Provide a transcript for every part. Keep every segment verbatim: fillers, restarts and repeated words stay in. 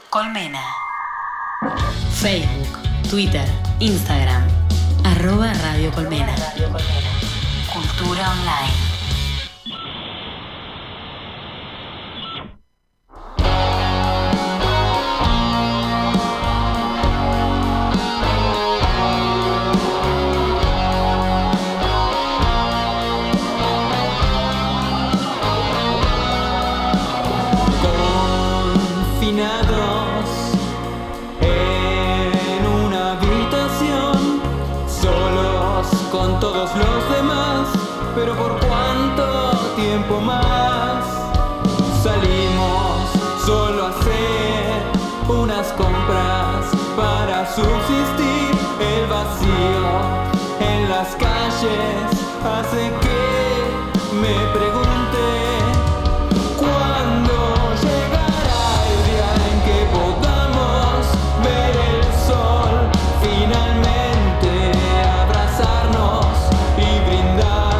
Colmena. Facebook, Twitter, Instagram. Arroba Radio Colmena. Cultura online. Pero por cuánto tiempo más salimos solo a hacer unas compras para subsistir. El vacío en las calles hace que me pregunte cuándo llegará el día en que podamos ver el sol finalmente, abrazarnos y brindar.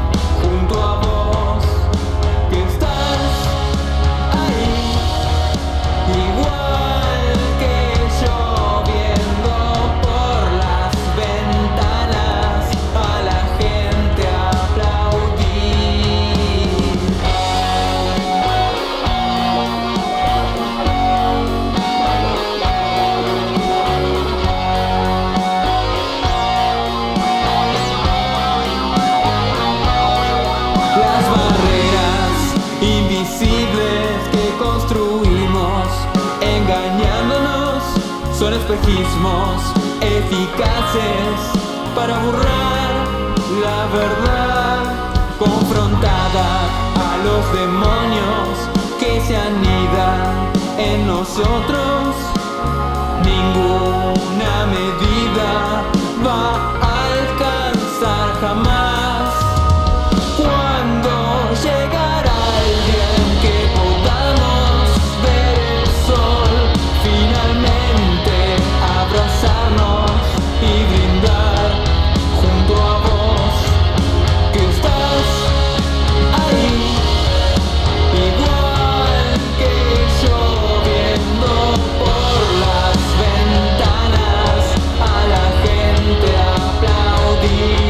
Son espejismos eficaces para borrar la verdad, confrontada a los demonios que se anidan en nosotros. Ninguna medida va a alcanzar jamás. ¿Cuándo llegará el día en que podamos ver el sol finalmente? Abrazarnos y brindar junto a vos, que estás ahí, igual que yo, viendo por las ventanas a la gente aplaudir.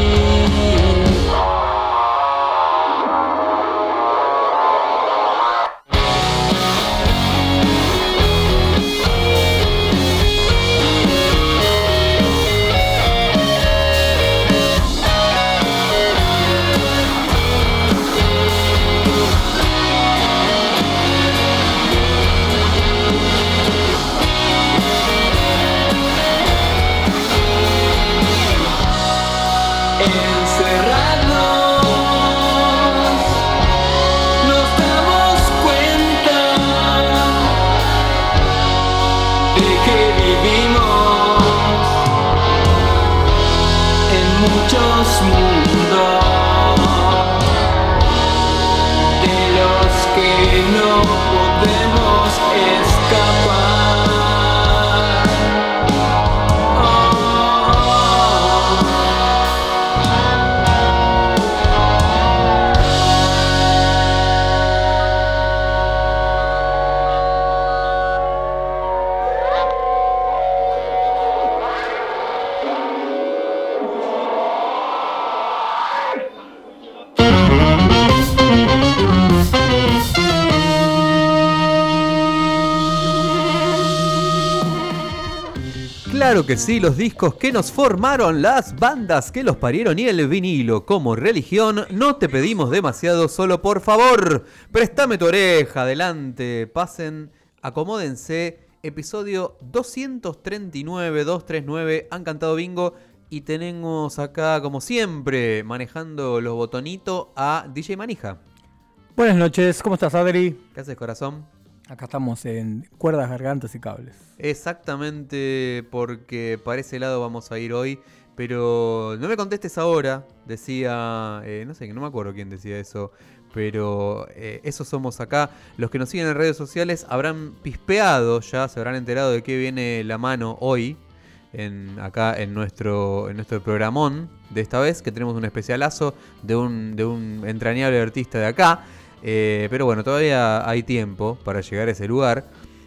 Muchos mundos de los que no podemos escapar. Claro que sí, los discos que nos formaron, las bandas que los parieron y el vinilo como religión. No te pedimos demasiado, solo por favor, préstame tu oreja, adelante, pasen, acomódense. Episodio doscientos treinta y nueve, doscientos treinta y nueve, han cantado bingo y tenemos acá, como siempre, manejando los botonitos a D J Manija. Buenas noches, ¿cómo estás, Adri? ¿Qué haces, corazón? Acá estamos en cuerdas, gargantas y cables. Exactamente, porque para ese lado vamos a ir hoy, pero no me contestes ahora, decía, eh, no sé, no me acuerdo quién decía eso, pero eh, eso somos acá. Los que nos siguen en redes sociales habrán pispeado ya, se habrán enterado de qué viene la mano hoy, en, acá en nuestro, en nuestro programón de esta vez, que tenemos un especialazo de un, de un entrañable artista de acá. Eh, pero bueno, todavía hay tiempo para llegar a ese lugar.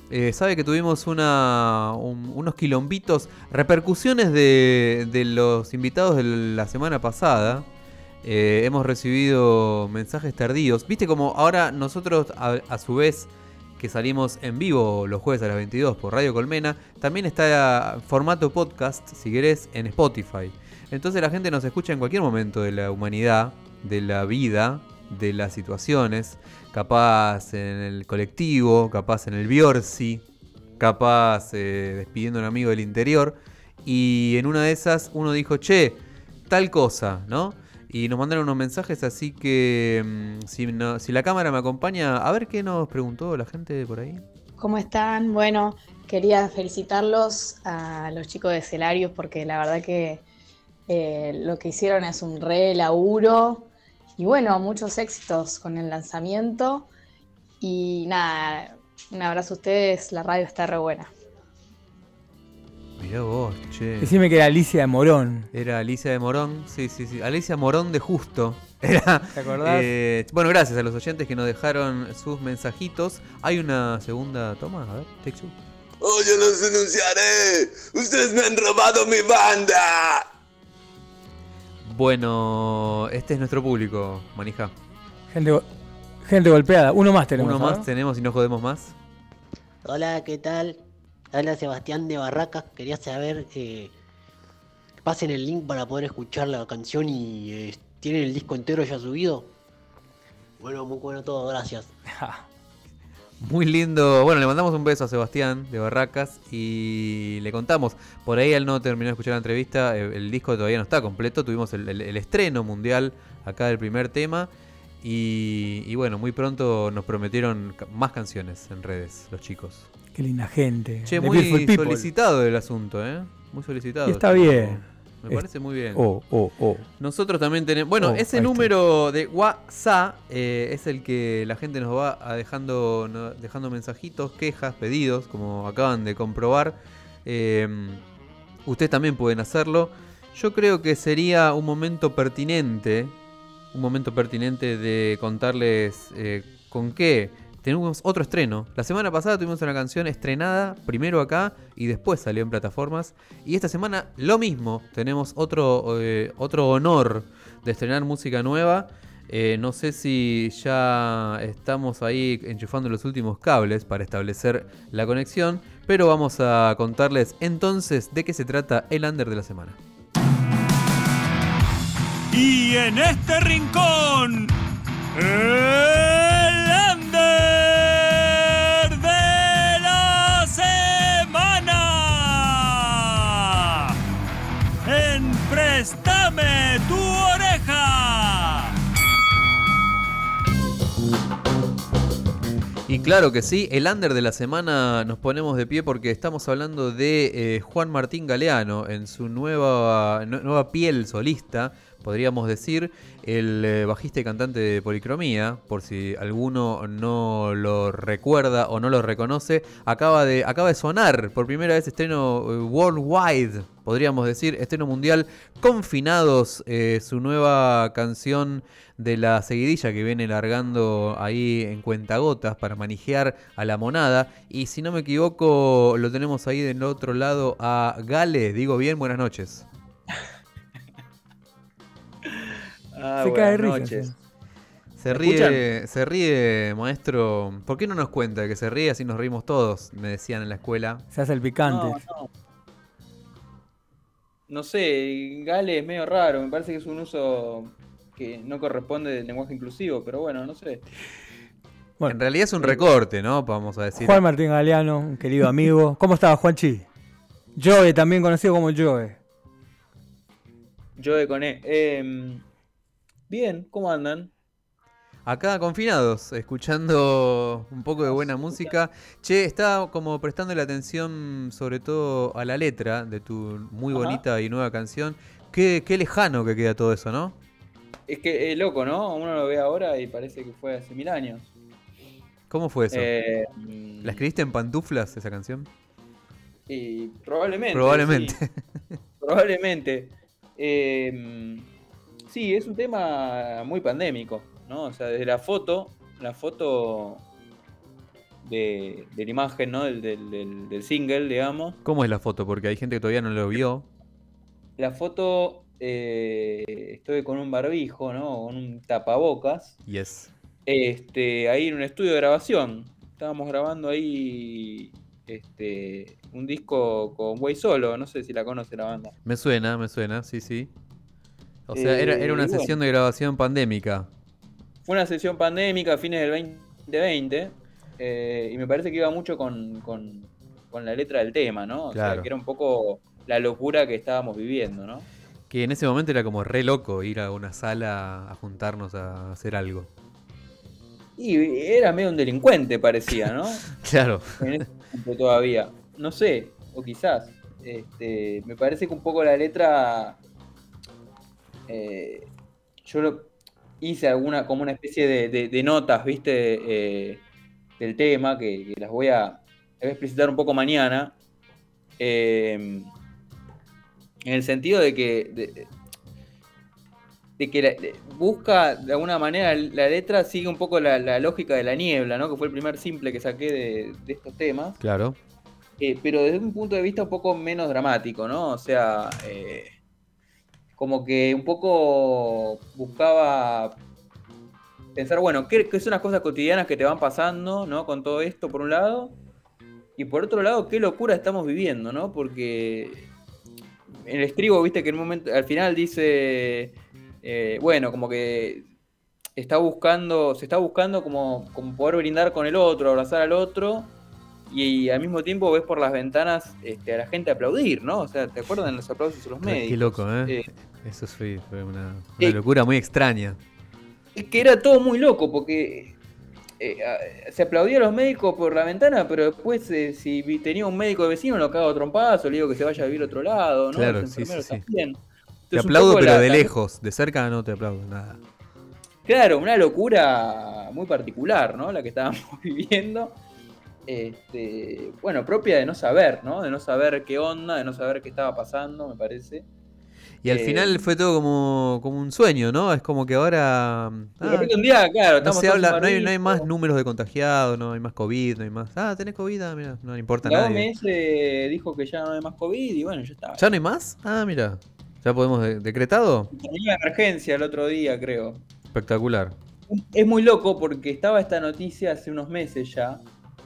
Eh, sabe que tuvimos una, un- unos quilombitos, repercusiones de, de los invitados de la semana pasada. Eh, hemos recibido mensajes tardíos. Viste como ahora nosotros a, a su vez que salimos en vivo los jueves a las veintidós por Radio Colmena, también está formato podcast, si querés, en Spotify. Entonces la gente nos escucha en cualquier momento de la humanidad, de la vida, de las situaciones, capaz en el colectivo, capaz en el Biorsi, capaz eh, despidiendo a un amigo del interior, y en una de esas uno dijo, che, tal cosa, ¿no? Y nos mandaron unos mensajes, así que mm, si, no- si la cámara me acompaña, a ver qué nos preguntó la gente por ahí. ¿Cómo están? Bueno, quería felicitarlos a los chicos de Celarios porque la verdad que eh, lo que hicieron es un re laburo y bueno, muchos éxitos con el lanzamiento y nada, un abrazo a ustedes, la radio está re buena. Mirá vos, che. Decime que era Alicia de Morón. Era Alicia de Morón, sí, sí, sí. Alicia Morón de Justo. Era, ¿Te acordás? eh, bueno, gracias a los oyentes que nos dejaron sus mensajitos. Hay una segunda toma, a ver, take two. ¡Oh, yo los denunciaré! ¡Ustedes me han robado mi banda! Bueno, este es nuestro público, manija. Gente, go- gente golpeada. Uno más tenemos. Uno más ¿ah? tenemos y no jodemos más. Hola, ¿qué tal? Habla Sebastián de Barracas. Quería saber, eh, pasen el link para poder escuchar la canción y eh, ¿tienen el disco entero ya subido? Bueno, muy bueno todo, gracias. Muy lindo. Bueno, le mandamos un beso a Sebastián de Barracas y le contamos. Por ahí él no terminó de escuchar la entrevista. El, el disco todavía no está completo. Tuvimos el, el- el estreno mundial acá del primer tema. Y, y bueno, muy pronto nos prometieron ca- más canciones en redes, los chicos. Qué linda gente. Che, The muy Beautiful People. solicitado el asunto, ¿eh? Muy solicitado. Y está Che, bien. Me Es- parece muy bien. Oh, oh, oh. Nosotros también tenemos... Bueno, Oh, ese ahí número de WhatsApp eh, es el que la gente nos va a dejando, no- dejando mensajitos, quejas, pedidos, como acaban de comprobar. Eh, ustedes también pueden hacerlo. Yo creo que sería un momento pertinente, un momento pertinente de contarles eh, con qué. Tenemos otro estreno. La semana pasada tuvimos una canción estrenada, primero acá y después salió en plataformas. Y esta semana lo mismo. Tenemos otro, eh, otro honor de estrenar música nueva. Eh, no sé si ya estamos ahí enchufando los últimos cables para establecer la conexión. Pero vamos a contarles entonces de qué se trata el under de la semana. Y en este rincón, el under de la semana. En Préstame tu oreja. Y claro que sí, el under de la semana nos ponemos de pie porque estamos hablando de eh, Juan Martín Galeano en su nueva, nu- nueva piel solista, podríamos decir, el eh, bajista y cantante de Policromía, por si alguno no lo recuerda o no lo reconoce, acaba de, acaba de sonar por primera vez estreno eh, worldwide, podríamos decir, estreno mundial, Confinados, eh, su nueva canción de la seguidilla que viene largando ahí en cuentagotas para manejar a la monada. Y si no me equivoco, lo tenemos ahí del otro lado a Gale. Digo bien, buenas noches. Ah, Se cae de buenas risa. noches. Se ¿Me ríe, se ríe, maestro. ¿Por qué no nos cuenta que se ríe así nos rimos todos? Me decían en la escuela. Se hace el picante. No, no. No sé, Gale es medio raro, me parece que es un uso que no corresponde del lenguaje inclusivo, pero bueno, no sé. Bueno, En realidad es un recorte, ¿no? Vamos a decir. Juan Martín Galeano, un querido amigo. ¿Cómo estaba, Juanchi? Joe, también conocido como Joe. Yo de Coné. Eh, bien, ¿cómo andan? Acá confinados, escuchando un poco de buena música. Che, estaba como prestando la atención sobre todo a la letra de tu muy Ajá. bonita y nueva canción. Qué, qué lejano que queda todo eso, ¿no? Es que es loco, ¿no? Uno lo ve ahora y parece que fue hace mil años. ¿Cómo fue eso? Eh, ¿La escribiste en pantuflas esa canción? Y probablemente. Probablemente. Sí, probablemente. Eh, sí, es un tema muy pandémico, ¿no? O sea, desde la foto, la foto de, de la imagen, ¿no? Del, del, del, del single, digamos. ¿Cómo es la foto? Porque hay gente que todavía no lo vio. La foto, eh, estoy con un barbijo, ¿no? Con un tapabocas. Yes. Este, ahí en un estudio de grabación. Estábamos grabando ahí este, un disco con Way Solo, no sé si la conoce la banda. Me suena, me suena, sí, sí. O sea, era, era una Eh, y sesión bueno. de grabación pandémica. Fue una sesión pandémica a fines del veinte veinte eh, y me parece que iba mucho con, con, con la letra del tema, ¿no? O Claro. sea, que era un poco la locura que estábamos viviendo, ¿no? Que en ese momento era como re loco ir a una sala a juntarnos a hacer algo. Y era medio un delincuente, parecía, ¿no? Claro. En ese momento todavía. No sé, o quizás. Este, me parece que un poco la letra... Eh, yo lo hice alguna como una especie de, de, de notas, ¿viste? Eh, del tema, que, que las voy a, las voy a explicitar un poco mañana. Eh, en el sentido de que... De, de que la, de, busca de alguna manera la letra sigue un poco la, la lógica de La Niebla, ¿no? Que fue el primer simple que saqué de, de estos temas. Claro. Eh, pero desde un punto de vista un poco menos dramático, ¿no? O sea, eh, como que un poco buscaba pensar, bueno, ¿qué, qué son las cosas cotidianas que te van pasando, ¿no? Con todo esto, por un lado. Y por otro lado, qué locura estamos viviendo, ¿no? Porque en el estribo, viste que en un momento, al final dice... Eh, bueno, como que está buscando, se está buscando como, como poder brindar con el otro, abrazar al otro, y, y al mismo tiempo ves por las ventanas este, a la gente aplaudir, ¿no? O sea, ¿te acuerdan de los aplausos de los médicos? Qué loco, ¿eh? eh Eso fue, fue una, una eh, locura muy extraña. Es que era todo muy loco, porque eh, se aplaudía a los médicos por la ventana, pero después eh, si tenía un médico de vecino lo cago a trompazo, le digo que se vaya a vivir a otro lado, ¿no? Claro, Los sí, sí, enfermeros sí. también. Te Entonces, aplaudo, pero la, de la... lejos. De cerca no te aplaudo, nada. Claro, una locura muy particular, ¿no? La que estábamos viviendo. Este, bueno, propia de no saber, ¿no? De no saber qué onda, de no saber qué estaba pasando, me parece. Y al eh, final fue todo como, como un sueño, ¿no? Es como que ahora... De repente un día, claro, no estamos se todos habla, en no hay, no hay barbijo. más números de contagiados, no hay más COVID, no hay más... Ah, ¿tenés COVID? Ah, mira, no le importa a La nadie. O M S dijo que ya no hay más COVID y bueno, ya está. ¿Ya no hay más? Ah, mira. ¿Ya podemos de- decretado? Tenía una emergencia el otro día, creo. Espectacular. Es muy loco porque estaba esta noticia hace unos meses ya.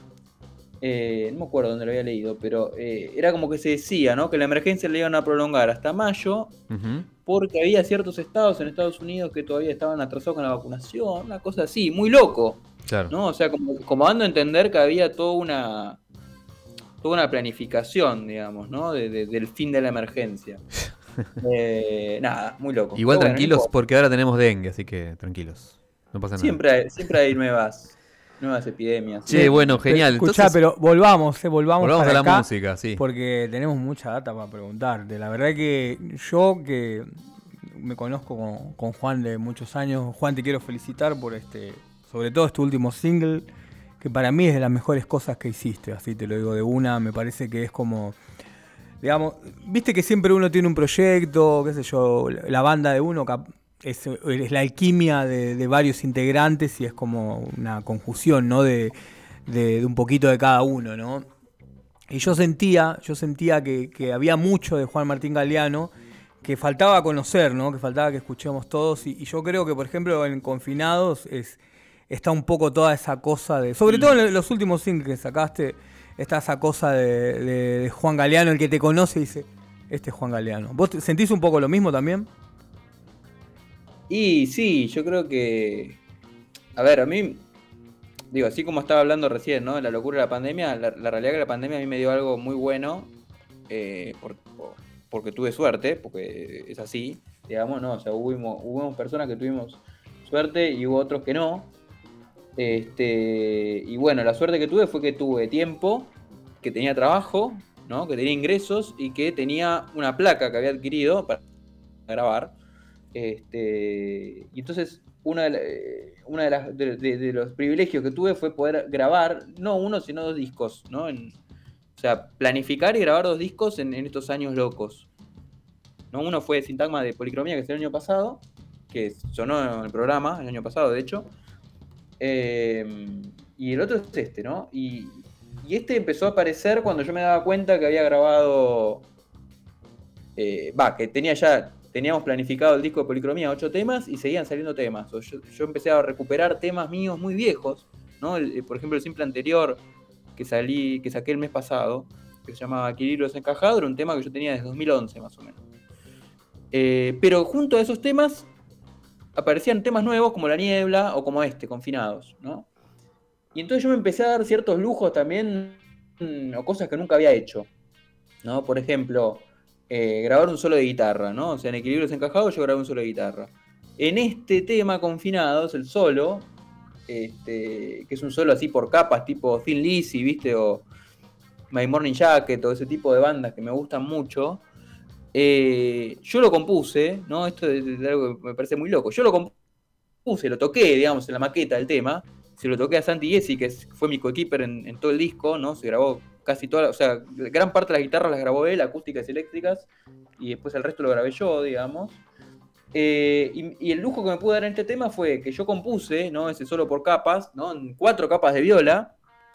Eh, no me acuerdo dónde lo había leído, pero eh, era como que se decía, ¿no? Que la emergencia la iban a prolongar hasta mayo, Uh-huh. porque había ciertos estados en Estados Unidos que todavía estaban atrasados con la vacunación, una cosa así, muy loco, Claro. ¿no? O sea, como, como dando a entender que había toda una toda una planificación, digamos, ¿no? De, de, del fin de la emergencia. eh, nada, muy loco. Igual Pero bueno, tranquilos no importa. porque ahora tenemos dengue, así que tranquilos. No pasa nada. Siempre hay, siempre hay nuevas, nuevas epidemias. Che, bueno, genial. Escuchá, Entonces, pero volvamos, eh, volvamos, volvamos para a la acá, música, sí. porque tenemos mucha data para preguntarte. La verdad que yo que me conozco con, con Juan de muchos años, Juan, te quiero felicitar por este, sobre todo este último single, que para mí es de las mejores cosas que hiciste, así te lo digo de una, me parece que es como, digamos, viste que siempre uno tiene un proyecto, qué sé yo, la banda de uno cap- es, es la alquimia de, de varios integrantes y es como una conjunción, ¿no? De, de, de un poquito de cada uno, ¿no? Y yo sentía, yo sentía que, que había mucho de Juan Martín Galeano que faltaba conocer, ¿no? Que faltaba que escuchemos todos. Y, y yo creo que, por ejemplo, en Confinados es, está un poco toda esa cosa de... Sobre todo en los últimos singles que sacaste, está esa cosa de, de, de Juan Galeano, el que te conoce y dice, este es Juan Galeano. ¿Vos te- sentís un poco lo mismo también? Y sí, yo creo que... A ver, a mí... Digo, así como estaba hablando recién, ¿no? De la locura de la pandemia, la, la realidad es que la pandemia a mí me dio algo muy bueno, eh, por, por- porque tuve suerte, porque es así, digamos, ¿no? O sea, hubo, hubo personas que tuvimos suerte y hubo otros que no. Este, y bueno, la suerte que tuve fue que tuve tiempo, que tenía trabajo, ¿no? Que tenía ingresos y que tenía una placa que había adquirido para grabar. Este, y entonces una de, la- eh, una de, las, de, de- de los privilegios que tuve fue poder grabar, no uno, sino dos discos, ¿no? En- o sea, planificar y grabar dos discos en, en estos años locos. ¿No? Uno fue Sintagma de Policromía, que es el año pasado, que sonó en el programa, el año pasado, de hecho. Eh, y el otro es este, ¿no? Y, y este empezó a aparecer cuando yo me daba cuenta que había grabado, eh, va, que tenía ya, teníamos planificado el disco de Policromía, ocho temas, y seguían saliendo temas. O yo, yo empecé a recuperar temas míos muy viejos, ¿no? El, por ejemplo, el simple anterior que salí, que saqué el mes pasado, que se llamaba Equilibrio Desencajado, era un tema que yo tenía desde dos mil once más o menos. Eh, pero junto a esos temas aparecían temas nuevos como La Niebla o como este, Confinados, ¿no? Y entonces yo me empecé a dar ciertos lujos también, mm, o cosas que nunca había hecho, ¿no? Por ejemplo, eh, grabar un solo de guitarra, ¿no? O sea, en Equilibrio Desencajado yo grabé un solo de guitarra. En este tema, Confinados, el solo, este, que es un solo así por capas, tipo Thin Lizzy, ¿viste? O My Morning Jacket, o ese tipo de bandas que me gustan mucho. Eh, yo lo compuse, ¿no? Esto es algo que me parece muy loco. Yo lo compuse, lo toqué, digamos, en la maqueta del tema. Se lo toqué a Santi Gessi, que fue mi coequiper en, en todo el disco, ¿no? Se grabó casi toda, o sea, gran parte de las guitarras las grabó él, acústicas y eléctricas, y después el resto lo grabé yo, digamos. Eh, y, y el lujo que me pude dar en este tema fue que yo compuse, ¿no? Ese solo por capas, ¿no? En cuatro capas de viola,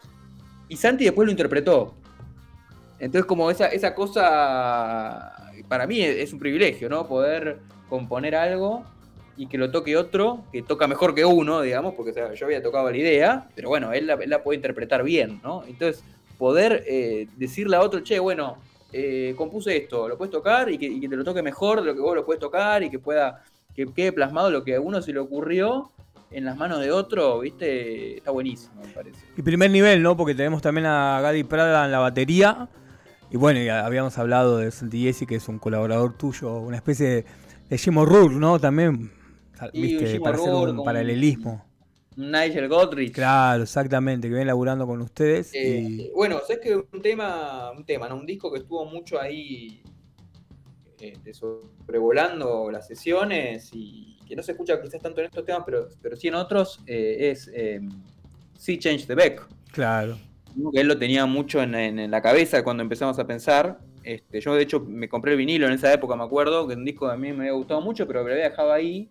y Santi después lo interpretó. Entonces, como esa, esa cosa, para mí es, es un privilegio, ¿no? Poder componer algo y que lo toque otro, que toca mejor que uno, digamos, porque o sea, yo había tocado la idea, pero bueno, él la, él la puede interpretar bien, ¿no? Entonces, poder eh, decirle a otro, che, bueno, eh, compuse esto, lo puedes tocar y que, y que te lo toque mejor de lo que vos lo puedes tocar y que pueda, que quede plasmado lo que a uno se le ocurrió en las manos de otro, ¿viste? Está buenísimo, me parece. Y primer nivel, ¿no? Porque tenemos también a Gadi Prada en la batería. Y bueno, ya habíamos hablado de Santi Gessi, que es un colaborador tuyo, una especie de, de Jim O'Rourke, ¿no? También, ¿viste? Para hacer un paralelismo. Nigel Godrich. Claro, exactamente, que viene laburando con ustedes. Eh, y... Bueno, sabes que un tema, un tema, ¿no? Un disco que estuvo mucho ahí eh, sobrevolando las sesiones y que no se escucha quizás tanto en estos temas, pero, pero sí en otros, eh, es eh, Sea Change the Beck. Claro. Que él lo tenía mucho en, en, en la cabeza cuando empezamos a pensar. Este, yo de hecho me compré el vinilo en esa época, me acuerdo, que un disco a mí me había gustado mucho, pero me lo había dejado ahí.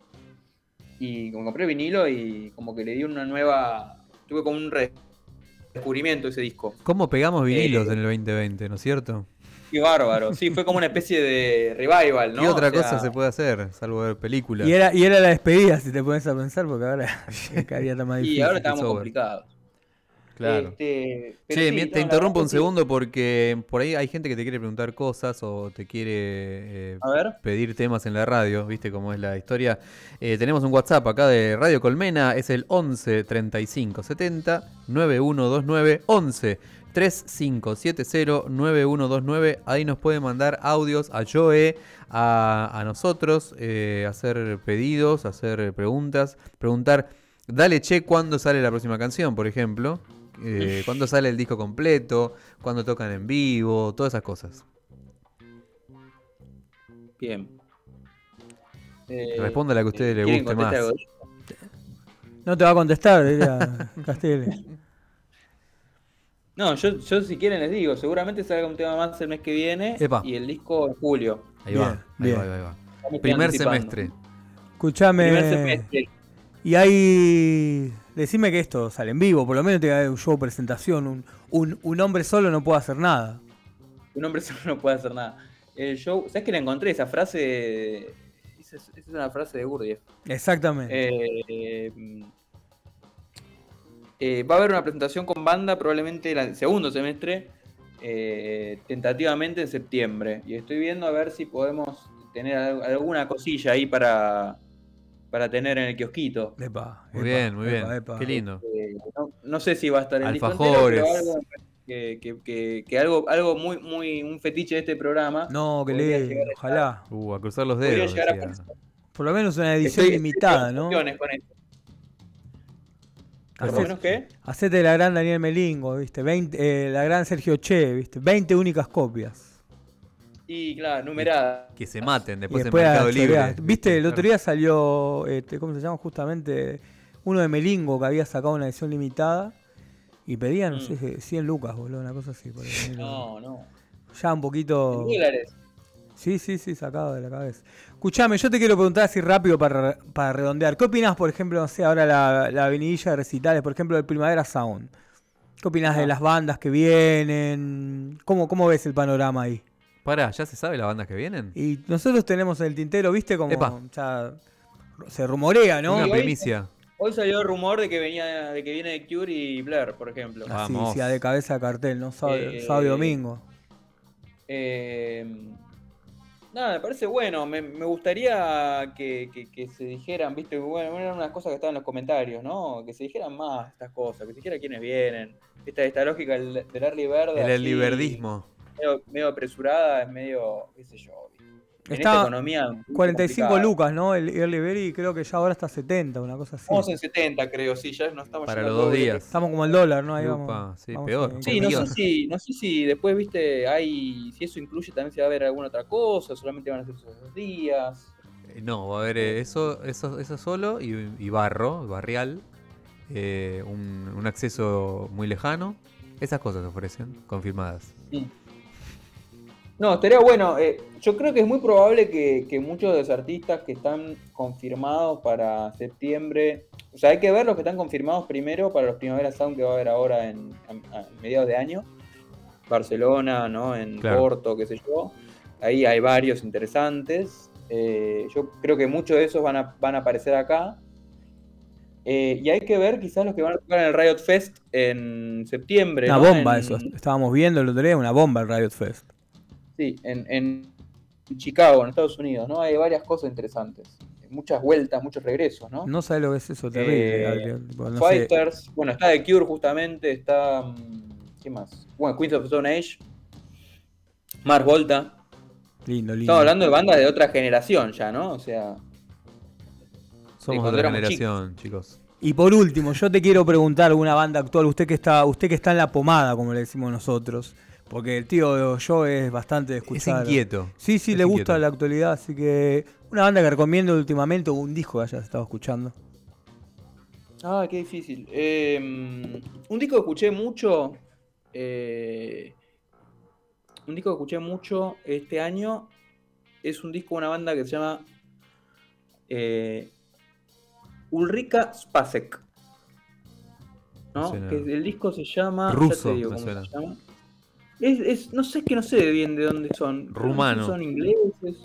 Y como compré el vinilo y como que le di una nueva... Tuve como un redescubrimiento ese disco. ¿Cómo pegamos vinilos eh, en el veinte veinte, no es cierto? Qué bárbaro. Sí, fue como una especie de revival, ¿no? ¿Qué otra o sea, cosa se puede hacer, salvo ver películas? Y era, y era la despedida, si te pones a pensar, porque ahora cada día está más difícil. Y ahora estamos complicados. Claro. Este, che, sí, te no, interrumpo un sí. segundo porque por ahí hay gente que te quiere preguntar cosas o te quiere eh, a ver. pedir temas en la radio, viste cómo es la historia. Eh, tenemos un WhatsApp acá de Radio Colmena, es el once treinta y cinco setenta noventa y uno veintinueve, once treinta y cinco setenta noventa y uno veintinueve. Ahí nos pueden mandar audios a Joe, a, a nosotros, eh, hacer pedidos, hacer preguntas, preguntar, dale che, ¿cuándo sale la próxima canción, por ejemplo? Eh, cuándo sale el disco completo, cuándo tocan en vivo, todas esas cosas. Bien. Eh, Responda la que a ustedes eh, les ¿quieren guste más. contestar algo? No te va a contestar, diría Castelli. No, yo, yo si quieren les digo, seguramente salga un tema más el mes que viene. Epa. Y el disco en julio. Ahí va, Bien, ahí bien. va, ahí va. Estamos Primer anticipando. semestre. Escuchame. Primer semestre. Y hay... Decime que esto sale en vivo, por lo menos te da un show presentación. Un, un, un hombre solo no puede hacer nada. Un hombre solo no puede hacer nada. El show, ¿sabes que la encontré? Esa frase. Esa es, esa es una frase de Gurdjieff. Exactamente. Eh, eh, eh, va a haber una presentación con banda probablemente el segundo semestre, eh, tentativamente en septiembre. Y estoy viendo a ver si podemos tener alguna cosilla ahí para, para tener en el kiosquito. Epa, Muy epa, bien, muy bien. epa, epa. Qué lindo. Eh, no, no sé si va a estar en el disco entero, Alfajores. pero algo que, que, que, que algo, algo muy, muy, un fetiche de este programa. No, que podría le... llegar a Ojalá. Uh, a cruzar los Podría dedos. llegar a decía. pasar. Por lo menos una edición Estoy- limitada, estoy en ¿no? discusiones con eso. ¿Por lo Hacé- menos qué? Hacete la gran Daniel Melingo, ¿viste? veinte, eh, la gran Sergio Che, ¿viste? veinte únicas copias. Y claro, numerada. Que se maten Y después en después Mercado a Libre. chorear. ¿Viste? El otro Claro. día salió, este, ¿cómo se llama? Justamente uno de Melingo que había sacado una edición limitada y pedían, no Mm. sé, cien lucas, boludo, una cosa así. Por el vinilo. No, no. Ya un En poquito... dólares. Sí, sí, sí, sacado de la cabeza. Escuchame, yo te quiero preguntar así rápido para, para redondear. ¿Qué opinás, por ejemplo, no sé, ahora la, la avenidilla de recitales, por ejemplo, del Primavera Sound? ¿Qué opinás Ah. de las bandas que vienen? ¿Cómo, cómo ves el panorama ahí? Pará, ¿ya se sabe las bandas que vienen? Y nosotros tenemos en el tintero, ¿viste? Como Epa. ya se rumorea, ¿no? Una Y hoy- primicia. Hoy salió el rumor de que venía, de que viene de Cure y Blair, por ejemplo. Ah. Así, Vamos. sí, de cabeza de cartel, ¿no? Sábado, Eh, sábado y domingo. Eh, nada, me parece bueno. Me, me gustaría que, que- que se dijeran, viste, bueno, eran unas cosas que estaban en los comentarios, ¿no? Que se dijeran más estas cosas, que se dijera quiénes vienen. Esta, esta lógica del, del early bird. El así, early birdismo. Medio, medio apresurada, es medio, qué sé yo. En Está esta economía. muy cuarenta y cinco complicada. lucas, ¿no? El Early Bird y creo que ya ahora está setenta, una cosa así. Estamos en setenta, creo, sí, ya no estamos Para yendo los al dos doble. días. Estamos como el dólar, ¿no? Ahí Upa, vamos. sí, vamos peor. en- Sí, no sé Millón. si, no sé si después, viste, hay, si eso incluye también si va a haber alguna otra cosa, solamente van a ser esos dos días. Eh, No, va a haber eh, eso, eso, eso solo y, y barro, barrial. eh, un, un acceso muy lejano. Esas cosas se ofrecen, confirmadas. No, estaría bueno. eh, yo creo que es muy probable que, que muchos de los artistas que están confirmados para septiembre, o sea, hay que ver los que están confirmados primero para los Primavera Sound que va a haber ahora en, a- a mediados de año. Barcelona, ¿no? En Claro. Porto, qué sé yo. Ahí hay varios interesantes. Eh, yo creo que muchos de esos van a, van a aparecer acá. Eh, y hay que ver quizás los que van a tocar en el Riot Fest en septiembre. Una ¿no? bomba En- eso. Estábamos viendo el otro día, una bomba el Riot Fest. Sí, en, en Chicago, en Estados Unidos, ¿no? Hay varias cosas interesantes. Muchas vueltas, muchos regresos, ¿no? No sabes lo que es eso, terrible. Eh, Adrián. Tipo, no sé. Fighters, bueno, está The Cure justamente, está... mm, ¿qué más? Bueno, Queens of the Stone Age. Mars Volta. Lindo, lindo. Estamos hablando de bandas de otra generación ya, ¿no? O sea... Somos cuando otra éramos generación, chicos. Y por último, yo te quiero preguntar alguna banda actual, usted que está, usted que está en la pomada, como le decimos nosotros, porque el tío yo es bastante de Es escuchar. inquieto. Sí, sí, Es le gusta inquieto. la actualidad, así que una banda que recomiendo últimamente o un disco que hayas estado escuchando. Ah, qué difícil. Eh, un disco que escuché mucho... eh, un disco que escuché mucho este año es un disco de una banda que se llama... eh, Ulrika Spacek. ¿No? Me suena. Que el disco se llama. ya Ruso, te digo me cómo suena. se llama. Es, es- no sé, es que no sé bien de dónde son. Rumano. No sé si son ingleses.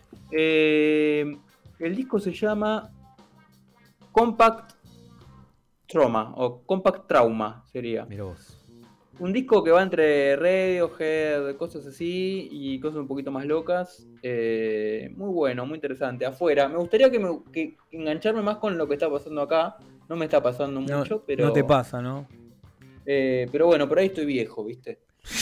Eh, el disco se llama Compact Trauma o Compact Trauma sería. Mira vos. Un disco que va entre Radiohead, cosas así y cosas un poquito más locas. Eh, muy bueno, muy interesante. Afuera, me gustaría que, me, que engancharme más con lo que está pasando acá. No me está pasando No, mucho, pero. no te pasa, ¿no? eh, pero bueno, por ahí estoy viejo, ¿viste?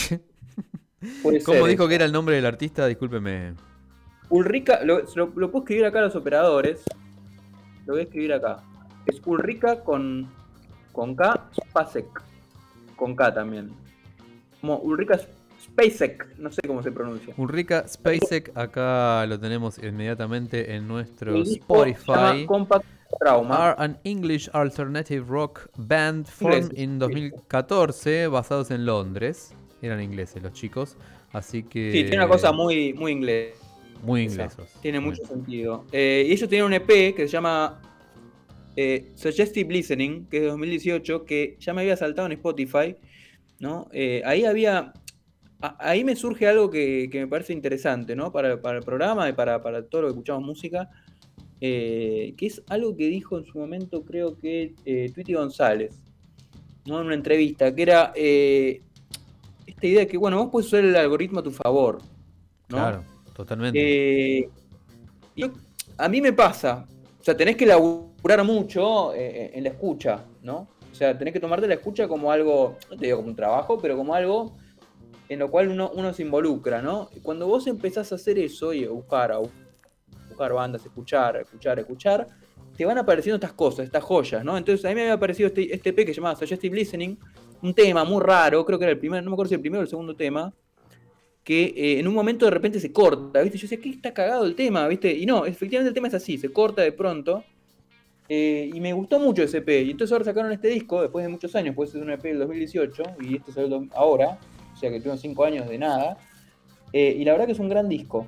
Puede ¿Cómo ser dijo eso. que era el nombre del artista? Discúlpeme. Ulrika, lo, lo- lo puedo escribir acá a los operadores. Lo voy a escribir acá. Es Ulrika con, con K, Spacek. Con K también. Como Ulrika Spacek, no sé cómo se pronuncia. Ulrika Spacek, acá lo tenemos inmediatamente en nuestro El disco se Spotify. llama Compact Trauma. Are an English alternative rock band formed Ingleses, in dos mil catorce, basados en Londres. Eran ingleses los chicos, así que... Sí, tiene una cosa muy, muy inglesa. Muy inglesos. Tiene Muy- mucho sentido. Eh, y ellos tienen un E P que se llama eh, Suggestive Listening, que es de dos mil dieciocho, que ya me había saltado en Spotify, ¿no? Eh, ahí había... a- ahí me surge algo que, que me parece interesante, ¿no? Para, para el programa y para, para todo lo que escuchamos música, eh, que es algo que dijo en su momento, creo que eh, Tweety González, ¿no? En una entrevista, que era eh, esta idea de que, bueno, vos puedes usar el algoritmo a tu favor, ¿no? Claro, totalmente. Eh, yo- a mí me pasa, o sea, tenés que laburar mucho eh, en la escucha, ¿no? O sea, tenés que tomarte la escucha como algo, no te digo como un trabajo, pero como algo en lo cual uno, uno se involucra, ¿no? Y cuando vos empezás a hacer eso y a buscar, a buscar bandas, escuchar, escuchar, escuchar, te van apareciendo estas cosas, estas joyas, ¿no? Entonces a mí me había aparecido este, este E P que se llamaba Suggestive Listening, un tema muy raro, creo que era el primer, no me acuerdo si el primero o el segundo tema, que eh, en un momento de repente se corta, ¿viste? Yo decía, ¿qué está cagado el tema? ¿Viste? Y no, efectivamente el tema es así, se corta de pronto. eh, y me gustó mucho ese E P. Y entonces ahora sacaron este disco, después de muchos años, pues es un E P del dos mil dieciocho, y este salió ahora, o sea que tuvieron cinco años de nada. eh, y la verdad que es un gran disco.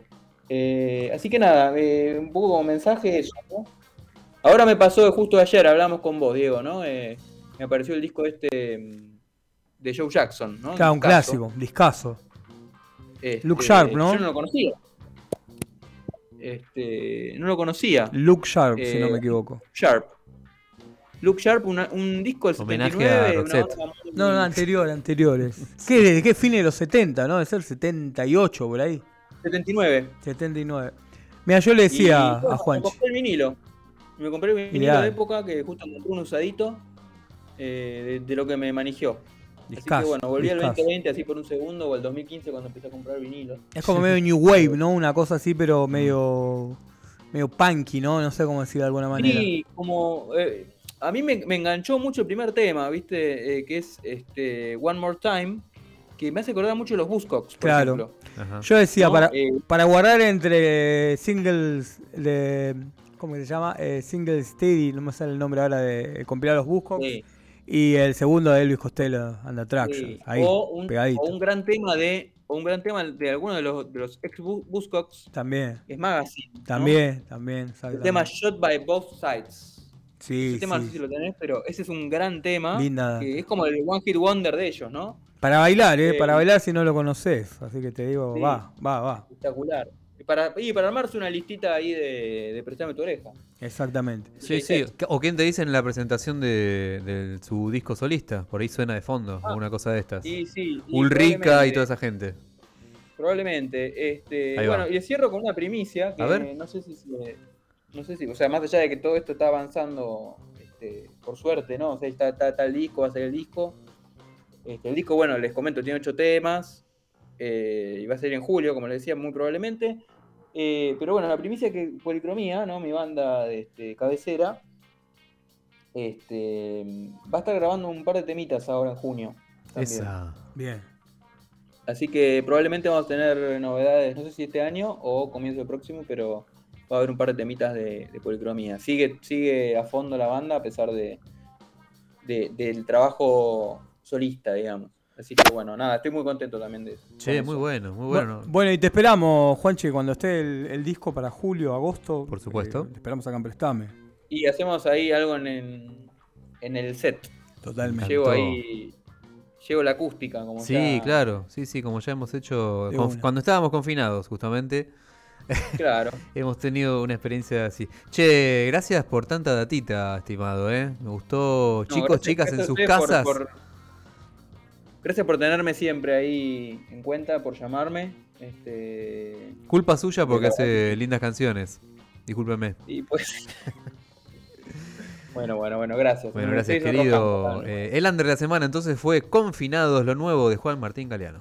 Eh, así que nada, eh, un poco como mensaje eso, ¿no? Ahora me pasó justo ayer, hablamos con vos, Diego, ¿no? Eh, me apareció el disco este mm, de Joe Jackson, ¿no? Claro, un Discazo. clásico, discazo. Este, Luke Sharp, ¿no? Yo no lo conocía. Este, no lo conocía. Luke Sharp, Eh, si no me equivoco. Sharp. Luke Sharp, una- un disco del Homenaje setenta y nueve, a una Roxette. onda muy- No, no, anterior, anteriores. ¿Qué, ¿De qué fines de los setenta, no? De ser setenta y ocho por ahí. setenta y nueve. setenta y nueve. Mira, yo le decía Y, bueno, a Juanchi. Me compré el vinilo. Me compré el vinilo Ideal. de época que justo encontré un usadito eh, de, de lo que me manejó. Así Discazo, que bueno, volví al discazo. veinte veinte así por un segundo o al dos mil quince cuando empecé a comprar vinilo. Es como medio New Wave, ¿no? Una cosa así, pero medio medio punky, ¿no? No sé cómo decir de alguna manera. Sí, como eh, a mí me, me enganchó mucho el primer tema, ¿viste? Eh, que es este One More Time, que me hace acordar mucho los Buzzcocks, por Claro. ejemplo. Ajá. Yo decía, ¿No? para, Eh, para guardar entre singles de... ¿Cómo se llama? Eh, single Steady, no me sale el nombre ahora de eh, compilar los Buzzcocks. sí, Y el segundo de Elvis Costello, And Attraction. sí. Ahí, o, un, pegadito. o un gran tema de o un gran tema de alguno de los, de los ex Bu- Buzzcocks, También, es Magazine. ¿no? también, también. El exactamente. tema Shot by Both Sides. Sí, Ese tema no sí. sé si lo tenés, pero ese es un gran tema. Linda. Que es como el One Hit Wonder de ellos, ¿no? Para bailar, ¿eh? Eh, Para bailar si no lo conoces. Así que te digo, Sí. va, va, va. Espectacular. Y para, y para armarse una listita ahí de, de Préstame tu oreja. Exactamente. Sí, sí. O quién te dice en la presentación de, de su disco solista. Por ahí suena de fondo, Ah. alguna cosa de estas. Y sí. y Ulrica y probablemente- toda esa gente. Probablemente. Este, Ahí va. bueno, y les cierro con una primicia que A ver. no sé si se- no sé si, o sea, más allá de que todo esto está avanzando, este, por suerte, ¿no? O sea, está, está, está el disco, va a ser el disco. Este, el disco, bueno, les comento, tiene ocho temas. eh, y va a salir en julio, como les decía, muy probablemente. Eh, pero bueno, la primicia es que Policromía, ¿no? Mi banda de este, cabecera, este, va a estar grabando un par de temitas ahora en junio. También. Esa. Bien. Así que probablemente vamos a tener novedades, no sé si este año o comienzo del próximo, pero va a haber un par de temitas de, de Policromía. Sigue, sigue a fondo la banda a pesar de, de- del trabajo solista, digamos. Así que bueno, nada, estoy muy contento también de eso. Che, con muy eso. bueno, muy Bueno, bueno. bueno, y te esperamos, Juanchi, cuando esté el, el disco para julio, agosto. Por supuesto. eh, te esperamos acá en Prestame. Y hacemos ahí algo en, en, en el set. Totalmente. Llevo encantó. ahí, llevo la acústica, como Sí, ya- claro. Sí, sí, como ya hemos hecho. De conf- una. Cuando estábamos confinados, justamente. Claro. Hemos tenido una experiencia así. Che, gracias por tanta datita, estimado, ¿eh? Me gustó. No, Chicos, gracias- chicas en gracias a sus ustedes por- casas. por- gracias por tenerme siempre ahí en cuenta, por llamarme. Este, Culpa suya porque la hace verdad lindas canciones. Discúlpeme. y pues. bueno, bueno, bueno, gracias. Bueno, Me gracias, estoy sonrojando, querido. claro. Eh, el under de la semana entonces fue Confinados, lo nuevo de Juan Martín Galeano.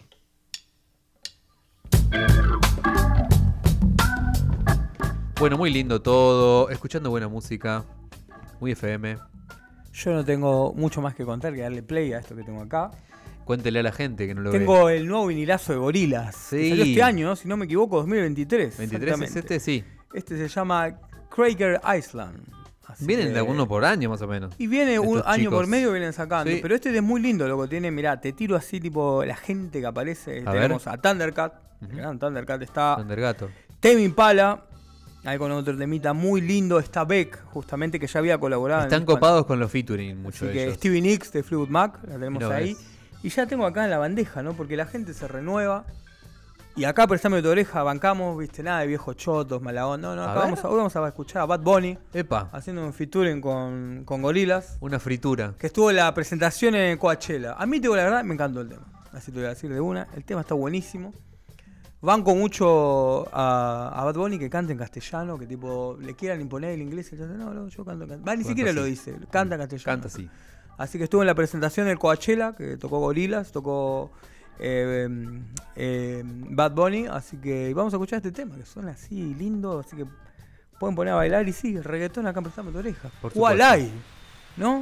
Bueno, muy lindo todo. Escuchando buena música. Muy F M. Yo no tengo mucho más que contar que darle play a esto que tengo acá. Cuéntele a la gente que no lo ve. Tengo el nuevo vinilazo de Gorilas. Sí. Salió este año, si no me equivoco, dos mil veintitrés. veintitrés es exactamente. este, sí. Este se llama Cracker Island. Así Vienen que- de alguno por año más o menos. Y viene un estos año chicos. por medio vienen sacando. Sí. Pero este es muy lindo, loco. Tiene, mirá, te tiro así, tipo, la gente que aparece. A Tenemos ver. a Thundercat. Ujú. Gran Thundercat está. Thundergato. Tame Impala. Ahí con otro temita muy lindo. Está Beck, justamente, que ya había colaborado. en Están el disco copados con los featuring, muchos Así de que ellos. Stevie Nicks de Fleetwood Mac, la tenemos Mirá ahí. vos. Y ya tengo acá en la bandeja, ¿no? Porque la gente se renueva. Y acá, Préstame tu oreja, bancamos, viste, nada de viejos chotos, malagón. No, no, A acá ver. vamos a, hoy vamos a escuchar a Bad Bunny Epa, haciendo un featuring con, con Gorillaz, una fritura. que estuvo en la presentación en Coachella. A mí, te digo la verdad, me encantó el tema. Así te voy a decir de una. El tema está buenísimo. Banco mucho a, a Bad Bunny que canta en castellano, que tipo le quieran imponer el inglés. Y yo, no, no, yo canto en castellano. Va, ni Canta siquiera lo así. dice, canta en castellano. Canta así. Así que estuve en la presentación del Coachella, que tocó Gorillaz, tocó eh, eh, Bad Bunny. Así que vamos a escuchar este tema, que suena así lindo. Así que pueden poner a bailar y sí, el reggaetón acá en Préstame tu oreja. Por ¿Cuál supuesto. hay? ¿No?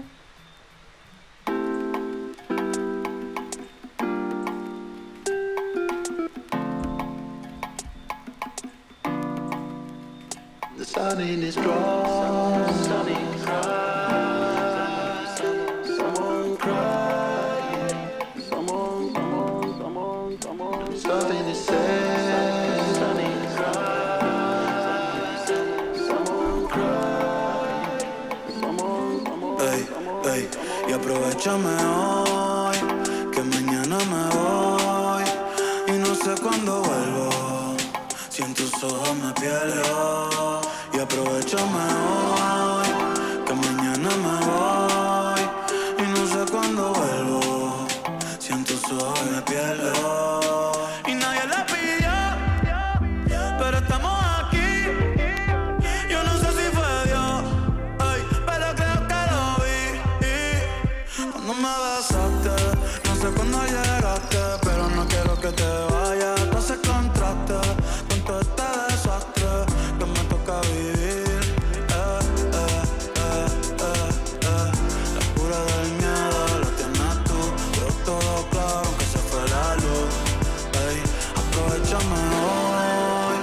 The sun in is strong. Someone crying. Someone, someone, someone, someone. Something is sad. aprovechame hoy, que mañana me voy y no sé cuándo vuelvo. Si en tus ojos me pierdo. Y aprovechame hoy, que mañana me voy y no sé cuándo vuelvo. Si en tus ojos me pierdo. Y nadie le pidió, pero estamos aquí. Yo no sé si fue Dios, ay, pero creo que lo vi. Cuando me besaste, no sé cuándo llegaste, pero no quiero que te vayas. No se contraste con todo este desastre que me toca vivir. Eh, eh, eh, eh, eh. La cura del miedo la tienes tú, pero todo claro aunque se fue la luz. Ey, aprovechame hoy.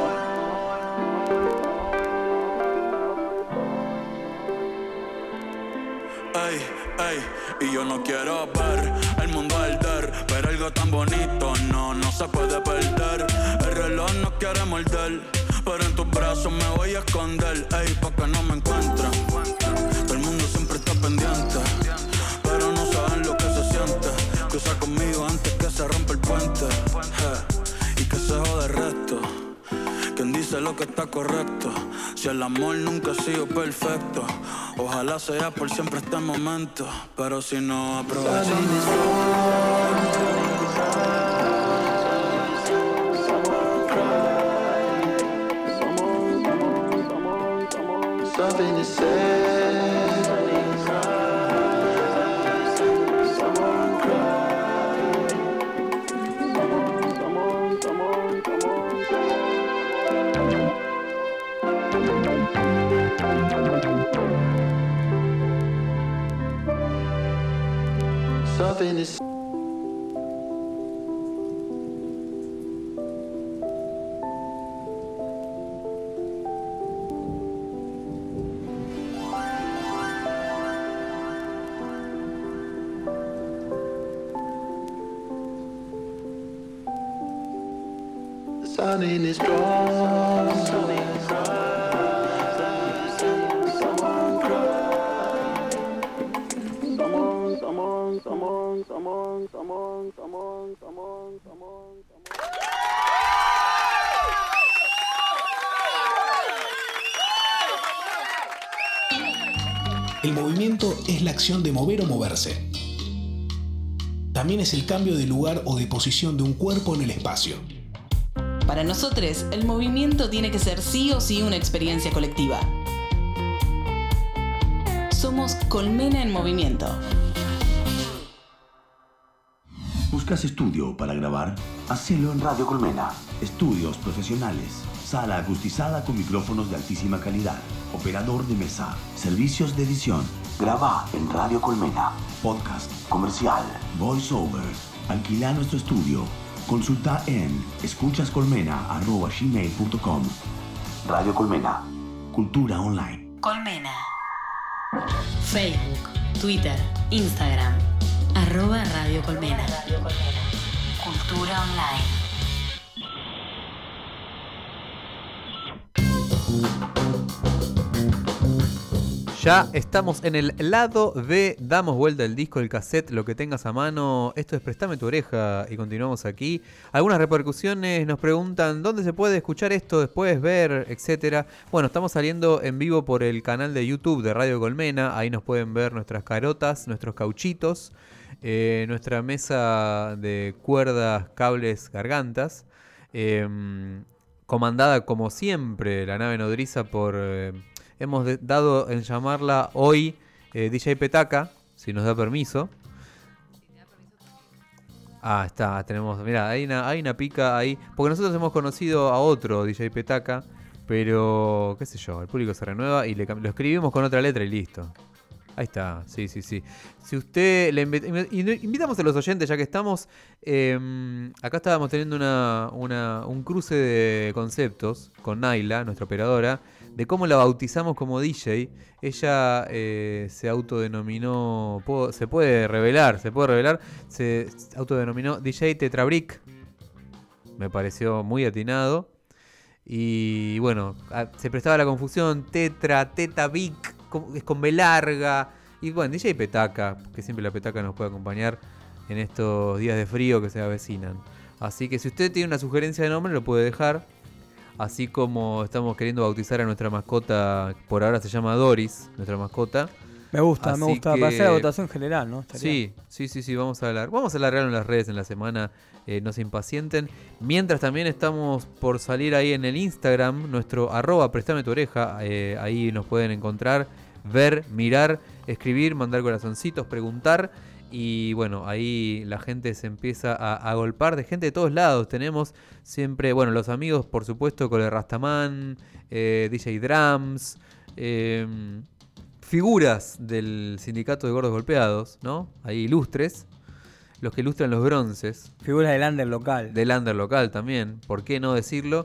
Ey, ey, y yo no quiero ver el mundo arder, pero algo tan bonito no, no se puede perder. El reloj no quiere morder, pero en tus brazos me voy a esconder. Ey, pa' que no me encuentren. Todo el mundo siempre está pendiente, pero no saben lo que se siente. Cruza conmigo antes que se rompa el puente. Eh, y que se jode el resto. Quien dice lo que está correcto. Si el amor nunca ha sido perfecto, ojalá sea por siempre este momento. Pero si no, aprovechamos. Something to say. Someone cry. Someone, someone, someone, someone, someone. Something to say. Something is strong. Someone cry. Someone cry. Someone, someone, someone, someone, someone, someone, someone, someone. El movimiento es la acción de mover o moverse. También es el cambio de lugar o de posición de un cuerpo en el espacio. Para nosotros, el movimiento tiene que ser sí o sí una experiencia colectiva. Somos Colmena en Movimiento. ¿Buscas estudio para grabar? Hacelo en Radio Colmena. Estudios profesionales. Sala acustizada con micrófonos de altísima calidad. Operador de mesa. Servicios de edición. Graba en Radio Colmena. Podcast. Comercial. Voice over. Alquila nuestro estudio. Consulta en escuchascolmena arroba gmail punto com. Radio Colmena. Cultura online. Colmena. Facebook, Twitter, Instagram. Arroba Radio Colmena. Cultura online. Ya estamos en el lado de Damos vuelta el disco, el cassette, lo que tengas a mano. Esto es Préstame tu oreja y continuamos aquí. Algunas repercusiones, nos preguntan dónde se puede escuchar esto después, ver, etcétera. Bueno, estamos saliendo en vivo por el canal de YouTube de Radio Colmena. Ahí nos pueden ver nuestras carotas, nuestros cauchitos, eh, nuestra mesa de cuerdas, cables, gargantas. Eh, comandada como siempre la nave nodriza por... Eh, hemos de, dado en llamarla hoy eh, D J Petaca, si nos da permiso. Ah, está, tenemos, mirá, hay una, hay una pica ahí. Porque nosotros hemos conocido a otro D J Petaca, pero qué sé yo, el público se renueva y le, lo escribimos con otra letra y listo. Ahí está, sí, sí, sí. Si usted le invi- invitamos a los oyentes, ya que estamos, eh, acá estábamos teniendo una, una, un cruce de conceptos con Naila, nuestra operadora, de cómo la bautizamos como D J. Ella eh, se autodenominó, puedo, se puede revelar, se puede revelar, se autodenominó D J Tetrabrick. Me pareció muy atinado. Y bueno, a, se prestaba la confusión, tetra, tetabrick, es con B larga, Y bueno, D J Petaca, que siempre la Petaca nos puede acompañar en estos días de frío que se avecinan. Así que si usted tiene una sugerencia de nombre, lo puede dejar. Así como estamos queriendo bautizar a nuestra mascota, por ahora se llama Doris, nuestra mascota. Me gusta, Así me gusta. que... Va a ser la votación general, ¿no? Estaría... Sí, sí, sí, sí, vamos a hablar. Vamos a alargarlo en las redes en la semana, eh, no se impacienten. Mientras también estamos por salir ahí en el Instagram, nuestro arroba Prestame tu oreja, eh, ahí nos pueden encontrar, ver, mirar, escribir, mandar corazoncitos, preguntar. Y bueno, ahí la gente se empieza a, a golpar de gente de todos lados. Tenemos siempre, bueno, los amigos, por supuesto, con el Rastaman, eh, D J Drums, eh, figuras del sindicato de gordos golpeados, ¿no? Ahí ilustres, los que ilustran los bronces. Figuras del under local. Del under local también, ¿por qué no decirlo?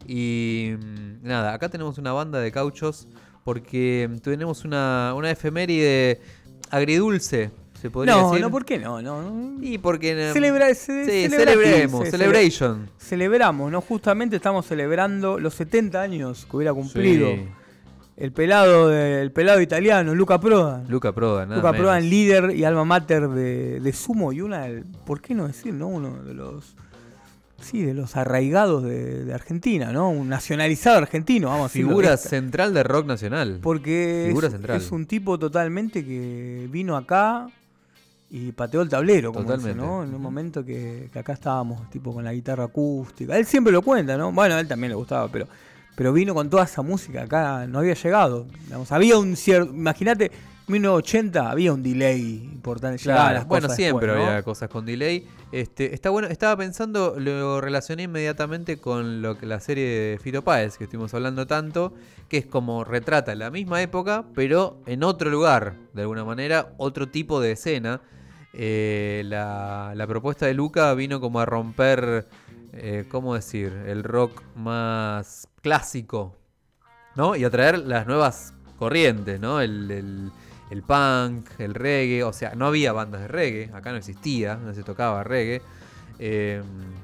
Y nada, acá tenemos una banda de cauchos porque tenemos una, una efeméride agridulce, se podría no, decir. No, ¿por qué no? no, no. Y porque... Celebra, ce, sí, celebremos, quince, celebration. Cele, celebramos, ¿no? Justamente estamos celebrando los setenta años que hubiera cumplido. Sí. El pelado de, el pelado italiano, Luca Prodan. Luca Prodan, nada Luca menos. Prodan, líder y alma mater de, de sumo y una, del, ¿por qué no decir, no? Uno de los, sí, de los arraigados de, de Argentina, ¿no? Un nacionalizado argentino, vamos a decirlo. Figura central de rock nacional. Porque Figura es, central. es un tipo totalmente que vino acá y pateó el tablero, como dice, ¿no? En un momento que, que acá estábamos, tipo, con la guitarra acústica. Él siempre lo cuenta, ¿no? Bueno, a él también le gustaba, pero... Pero vino con toda esa música, acá no había llegado. Digamos, había un cierto. Imagínate, mil novecientos ochenta había un delay importante. Claro, las bueno, cosas siempre después, ¿no? había cosas con delay. Este, está bueno, estaba pensando, lo relacioné inmediatamente con lo que la serie de Fito Páez, que estuvimos hablando tanto, que es como retrata la misma época, pero en otro lugar, de alguna manera, otro tipo de escena. Eh, la, la propuesta de Luca vino como a romper. Eh, ¿Cómo decir? El rock más clásico, ¿no? Y a traer las nuevas corrientes, ¿no? El, el, el punk, el reggae. O sea, no había bandas de reggae. Acá no existía, no se tocaba reggae. Eh,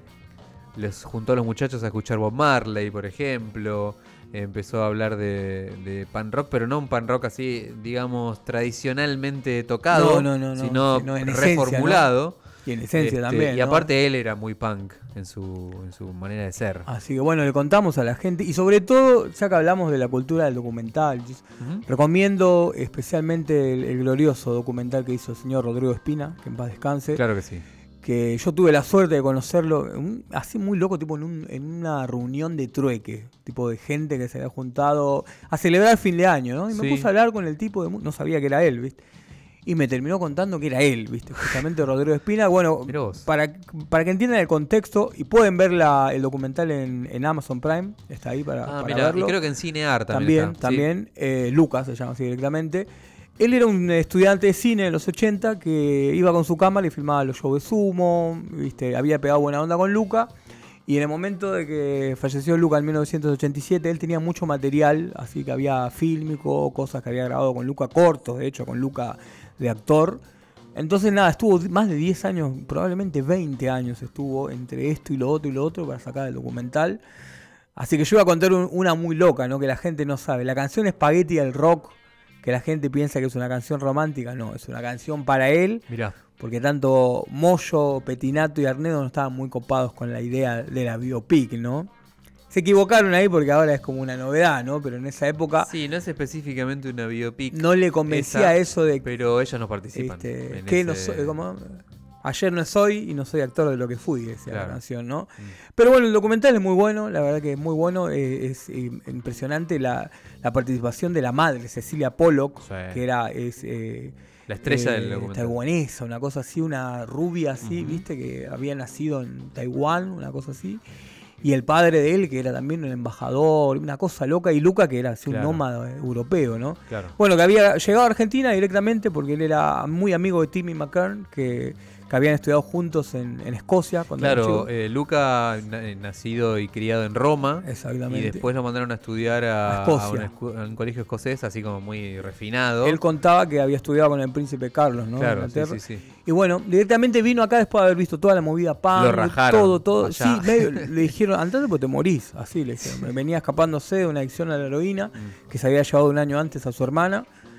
les juntó a los muchachos a escuchar Bob Marley, por ejemplo. Empezó a hablar de, de pan rock, pero no un pan rock así, digamos, tradicionalmente tocado, no, no, no, sino no, en reformulado. Esencia, ¿no? Y en esencia este, también. Y ¿no? aparte él era muy punk en su, en su manera de ser. Así que bueno, le contamos a la gente. Y sobre todo, ya que hablamos de la cultura del documental, uh-huh. recomiendo especialmente el, el glorioso documental que hizo el señor Rodrigo Espina, que en paz descanse. Claro que sí. Que yo tuve la suerte de conocerlo, un, así muy loco, tipo en, un, en una reunión de trueque, tipo de gente que se había juntado a celebrar el fin de año, ¿no? Y me sí. puse a hablar con el tipo, de, no sabía que era él, ¿viste? Y me terminó contando que era él, ¿viste? Justamente Rodrigo Espina. Bueno, para, para que entiendan el contexto, y pueden ver la, el documental en, en Amazon Prime, está ahí para, ah, para mirá, verlo. Y creo que en Cinear también. También, está, también. Sí. Eh, Lucas se llama así directamente. Él era un estudiante de cine en los ochenta que iba con su cámara y filmaba los shows de sumo, ¿viste? Había pegado buena onda con Luca. Y en el momento de que falleció Luca en mil novecientos ochenta y siete, él tenía mucho material, así que había fílmico, cosas que había grabado con Luca, cortos, de hecho, con Luca de actor. Entonces, nada, estuvo más de diez años, probablemente veinte años estuvo entre esto y lo otro y lo otro para sacar el documental. Así que yo iba a contar un, una muy loca, ¿no? Que la gente no sabe. La canción Spaghetti del Rock, que la gente piensa que es una canción romántica, no, es una canción para él. Mirá. Porque tanto Moyo, Petinato y Arnedo no estaban muy copados con la idea de la biopic, ¿no? Se equivocaron ahí porque ahora es como una novedad, ¿no? Pero en esa época... Sí, no es específicamente una biopic. No le convencía esa, eso de... Pero ellos no participan. Este, que ese... no soy, como, ayer no soy y no soy actor de lo que fui, decía claro. la canción, ¿no? Mm. Pero bueno, el documental es muy bueno, la verdad que es muy bueno. Eh, es eh, impresionante la, la participación de la madre, Cecilia Pollock, sí. que era... Es, eh, la estrella eh, del documental. Taiwanesa, una cosa así, una rubia así, uh-huh. viste, que había nacido en Taiwán, una cosa así. Y el padre de él, que era también un embajador, una cosa loca. Y Luca, que era así un claro. nómada europeo, ¿no? Claro. Bueno, que había llegado a Argentina directamente porque él era muy amigo de Timmy McKern, que... que habían estudiado juntos en, en Escocia. Cuando claro, eh, Luca na- nacido y criado en Roma. Exactamente. Y después lo mandaron a estudiar a, a, Escocia. a, un, escu- a un colegio escocés, así como muy refinado. Él contaba que había estudiado con el príncipe Carlos, ¿no? Claro, sí, sí, sí. Y bueno, directamente vino acá después de haber visto toda la movida punk, lo rajaron, todo, todo. allá. Sí, medio, le dijeron, andate porque te morís, así le dijeron. Venía escapándose de una adicción a la heroína, mm. que se había llevado un año antes a su hermana.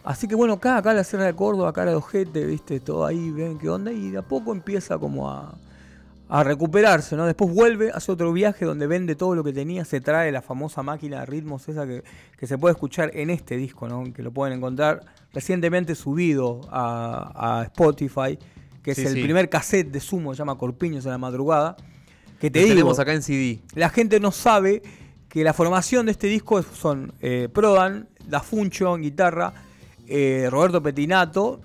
Así que bueno, acá, acá la Sierra de Córdoba, cara de ojete, viste, todo ahí, ven qué onda, y de a poco empieza como a, a recuperarse, ¿no? Después vuelve, hace otro viaje donde vende todo lo que tenía, se trae la famosa máquina de ritmos esa que, que se puede escuchar en este disco, ¿no? Que lo pueden encontrar recientemente subido a, a Spotify, que es Sí, el sí. primer cassette de Sumo, se llama Corpiños en la madrugada, que te Lo digo, tenemos acá en C D. la gente no sabe que la formación de este disco es- son eh, Prodan, Da Funcho en guitarra, eh, Roberto Petinato,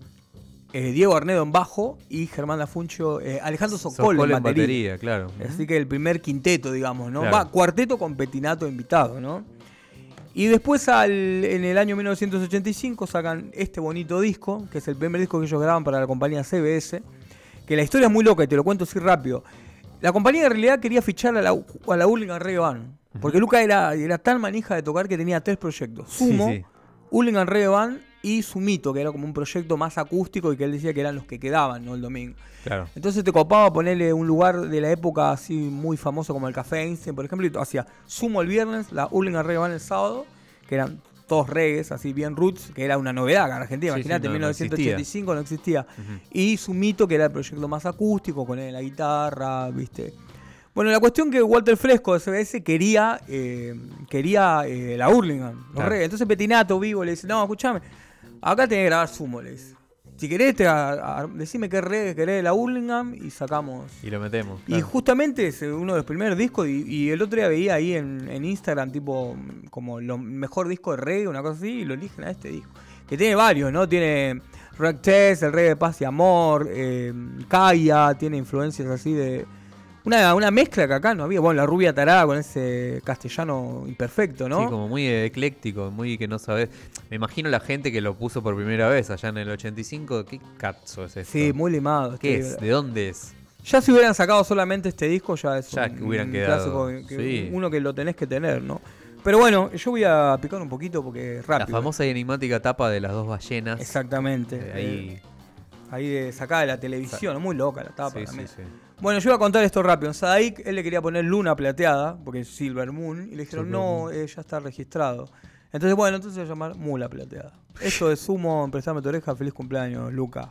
eh, Diego Arnedo en bajo y Germán Da Funcho, eh, Alejandro Sokol, Sokol en en batería. batería, claro. Así que el primer quinteto, digamos, ¿no? Claro. Va, cuarteto con Petinato invitado, ¿no? Y después al, en el año mil novecientos ochenta y cinco sacan este bonito disco, que es el primer disco que ellos graban para la compañía C B S, que la historia es muy loca y te lo cuento así rápido. La compañía en realidad quería fichar a la, a la Hurlingham Reggae Band, porque Luca era, era tan manija de tocar que tenía tres proyectos. Sumo, Sí, sí. Hurlingham Reggae Band y Sumito, que era como un proyecto más acústico y que él decía que eran los que quedaban, ¿no? El domingo. Claro. Entonces te copaba ponerle un lugar de la época así muy famoso como el Café Einstein, por ejemplo, y tú hacía Sumo el viernes, la Hurlingham Reggae Band el sábado, que eran todos reggaes, así bien roots, que era una novedad acá en Argentina, Sí, sí, imagínate, no, en no mil novecientos ochenta y cinco no existía. Ujú. Y Sumito, que era el proyecto más acústico, con él en la guitarra, ¿viste? Bueno, la cuestión que Walter Fresco de C B S quería, eh, quería eh, la Hurlingham, los Claro. reggae. Entonces Petinato vivo le dice, no, escuchame, acá tenés que grabar Sumo, le dice. Si querés, te, a, a- decime qué reggae querés de la Hurlingham y sacamos. Y lo metemos. Y claro. justamente es uno de los primeros discos y, y el otro día veía ahí en, en Instagram tipo como lo mejor disco de reggae, una cosa así, y lo eligen a este disco. Que tiene varios, ¿no? Tiene Rag Test, el reggae de paz y amor, eh, Kaya, tiene influencias así de... Una, una mezcla que acá no había. Bueno, la rubia tarada con ese castellano imperfecto, ¿no? Sí, como muy ecléctico, muy que no sabes. Me imagino la gente que lo puso por primera vez allá en el ochenta y cinco. ¿Qué cazzo es esto? Sí, muy limado. ¿Qué este- es? ¿De dónde es? Ya si hubieran sacado solamente este disco, ya es Ya un, que hubieran un quedado, clásico, que- sí. uno que lo tenés que tener, ¿no? Pero bueno, yo voy a picar un poquito porque es La rápido. famosa y enigmática tapa de las dos ballenas. Exactamente. Eh, ahí. Eh, ahí de sacada de la televisión, muy loca la tapa Sí, también. sí, sí. Bueno, yo voy a contar esto rápido. En Sadaik él le quería poner Luna Plateada, porque es Silver Moon, y le dijeron, Silver no, Moon. eh, ya está registrado. Entonces, bueno, entonces se va a llamar Mula Plateada. Esto es Sumo, Prestame tu oreja, feliz cumpleaños, Luca.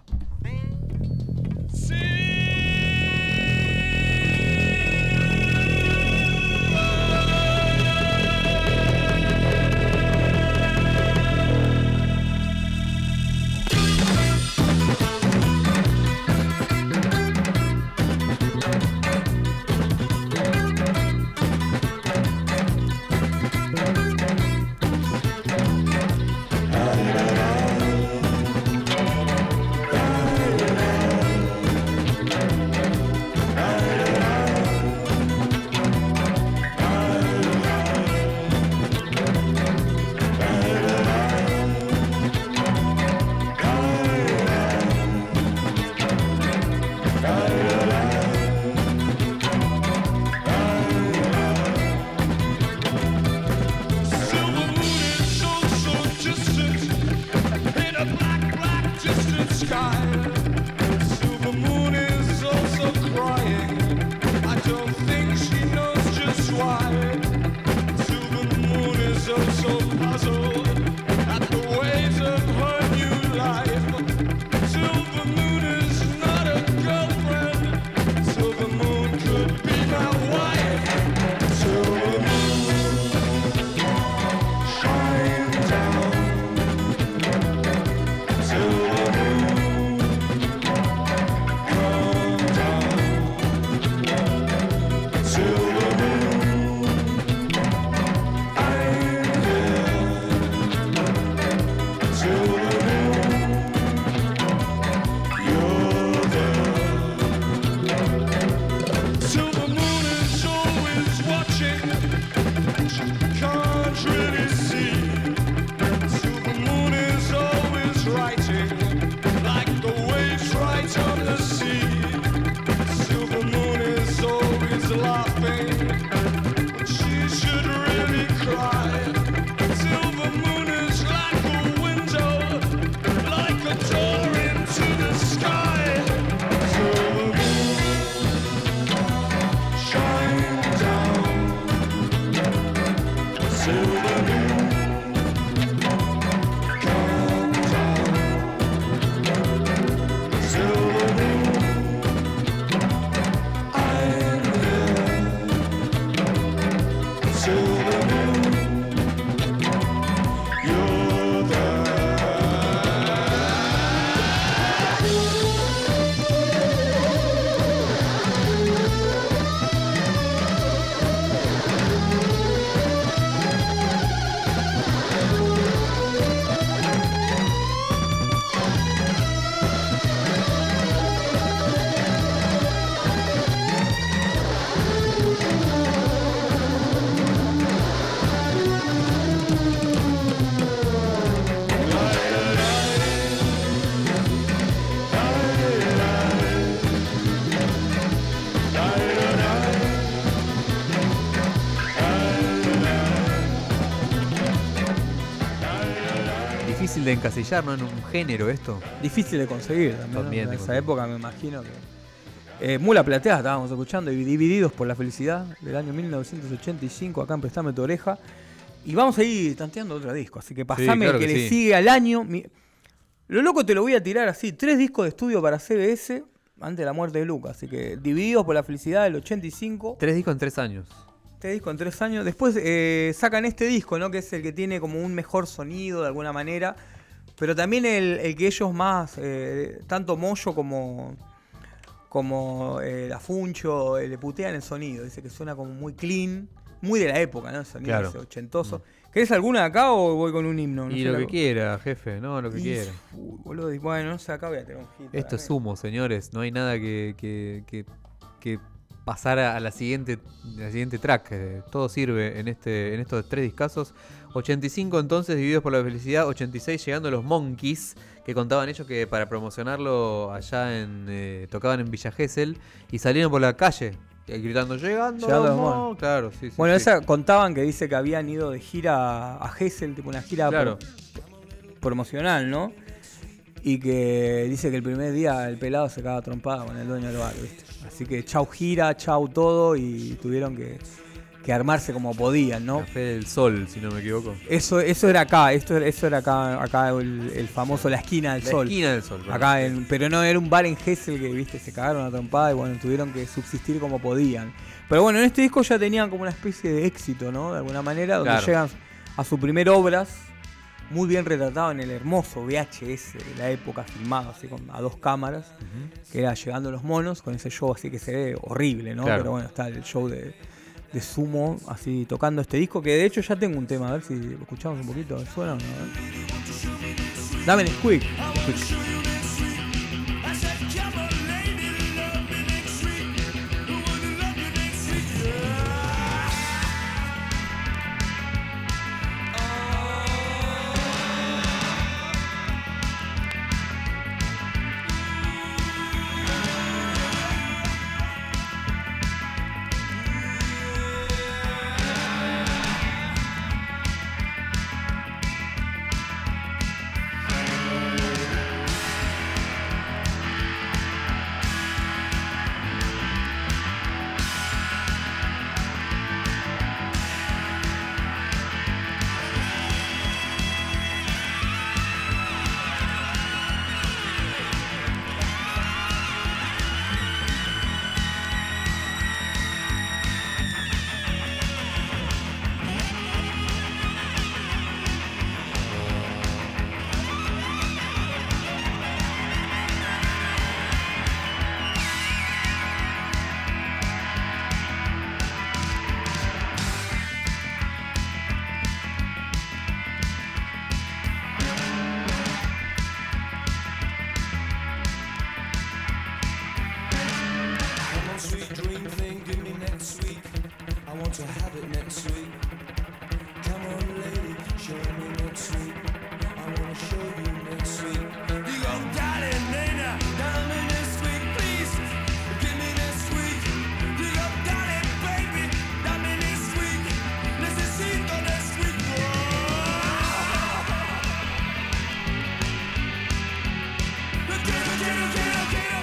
Silver moon, come de encasillar, ¿no? En un género esto. Difícil de conseguir también, También ¿no? de En esa conseguir. época me imagino que... Eh, Mula Plateada estábamos escuchando, y Divididos por la Felicidad, del año mil novecientos ochenta y cinco, acá en Prestame tu Oreja. Y vamos a ir tanteando otro disco, así que pasame claro que, que le sí. sigue al año. Mi- Lo loco te lo voy a tirar así, tres discos de estudio para C B S antes de la muerte de Lucas. Así que Divididos por la Felicidad del ochenta y cinco. Tres discos en tres años. Este disco en tres años. Después eh, sacan este disco, ¿no? Que es el que tiene como un mejor sonido de alguna manera. Pero también el, el que ellos más, eh, tanto Moyo como, como eh, la Funcho, eh, le putean el sonido. Dice que suena como muy clean, muy de la época, ¿no? El sonido Claro. ese ochentoso. ¿Querés alguna de acá o voy con un himno? No Y sé, lo la- que quiera, jefe, no, lo que Y- quiera. Uy, boludo, bueno, no sé, acá voy a tener un hit. Esto para es mí. humo, señores. No hay nada que, que, que, que pasar a la siguiente, a la siguiente track. Eh, todo sirve en este, en estos tres discazos. ochenta y cinco entonces, Divididos por la Felicidad. ochenta y seis llegando los Monkeys, que contaban ellos que para promocionarlo allá en eh, tocaban en Villa Gesell y salieron por la calle eh, gritando llegando, Llegando los Mon-". Mon. Claro, sí, sí. Bueno, sí. esa contaban que dice que habían ido de gira a Gesell, tipo una gira Claro. pro- promocional, ¿no? Y que dice que el primer día el pelado se cagaba trompada con el dueño del bar, ¿viste? Así que chau gira, chau todo, y tuvieron que, que armarse como podían, ¿no? Café del Sol, si no me equivoco. Eso, eso era acá, esto, eso era acá, acá el, el famoso La Esquina del La Sol. Esquina del Sol, perdón. Acá en- pero no era un bar en Gesell que, viste, se cagaron a trompada y bueno, tuvieron que subsistir como podían. Pero bueno, en este disco ya tenían como una especie de éxito, ¿no? De alguna manera, donde Claro. llegan a su primer obras, muy bien retratado en el hermoso V H S de la época, filmado así con, a dos cámaras, que era Llegando los Monos, con ese show así que se ve horrible, ¿no? Claro. Pero bueno, está el show de, de Sumo, así tocando este disco, que de hecho ya tengo un tema, a ver si lo escuchamos un poquito, ¿suena o no? A ver. Dame el squeak. Escucha. Sweet dream thing, give me next week. I want to have it next week. Come on, lady, show me next week. I want to show you next week. You go, darling, nena, dame next week, please. Give me next week. You go, darling, baby, dame next week. Necesito next week. Quiero, quiero, quiero, quiero.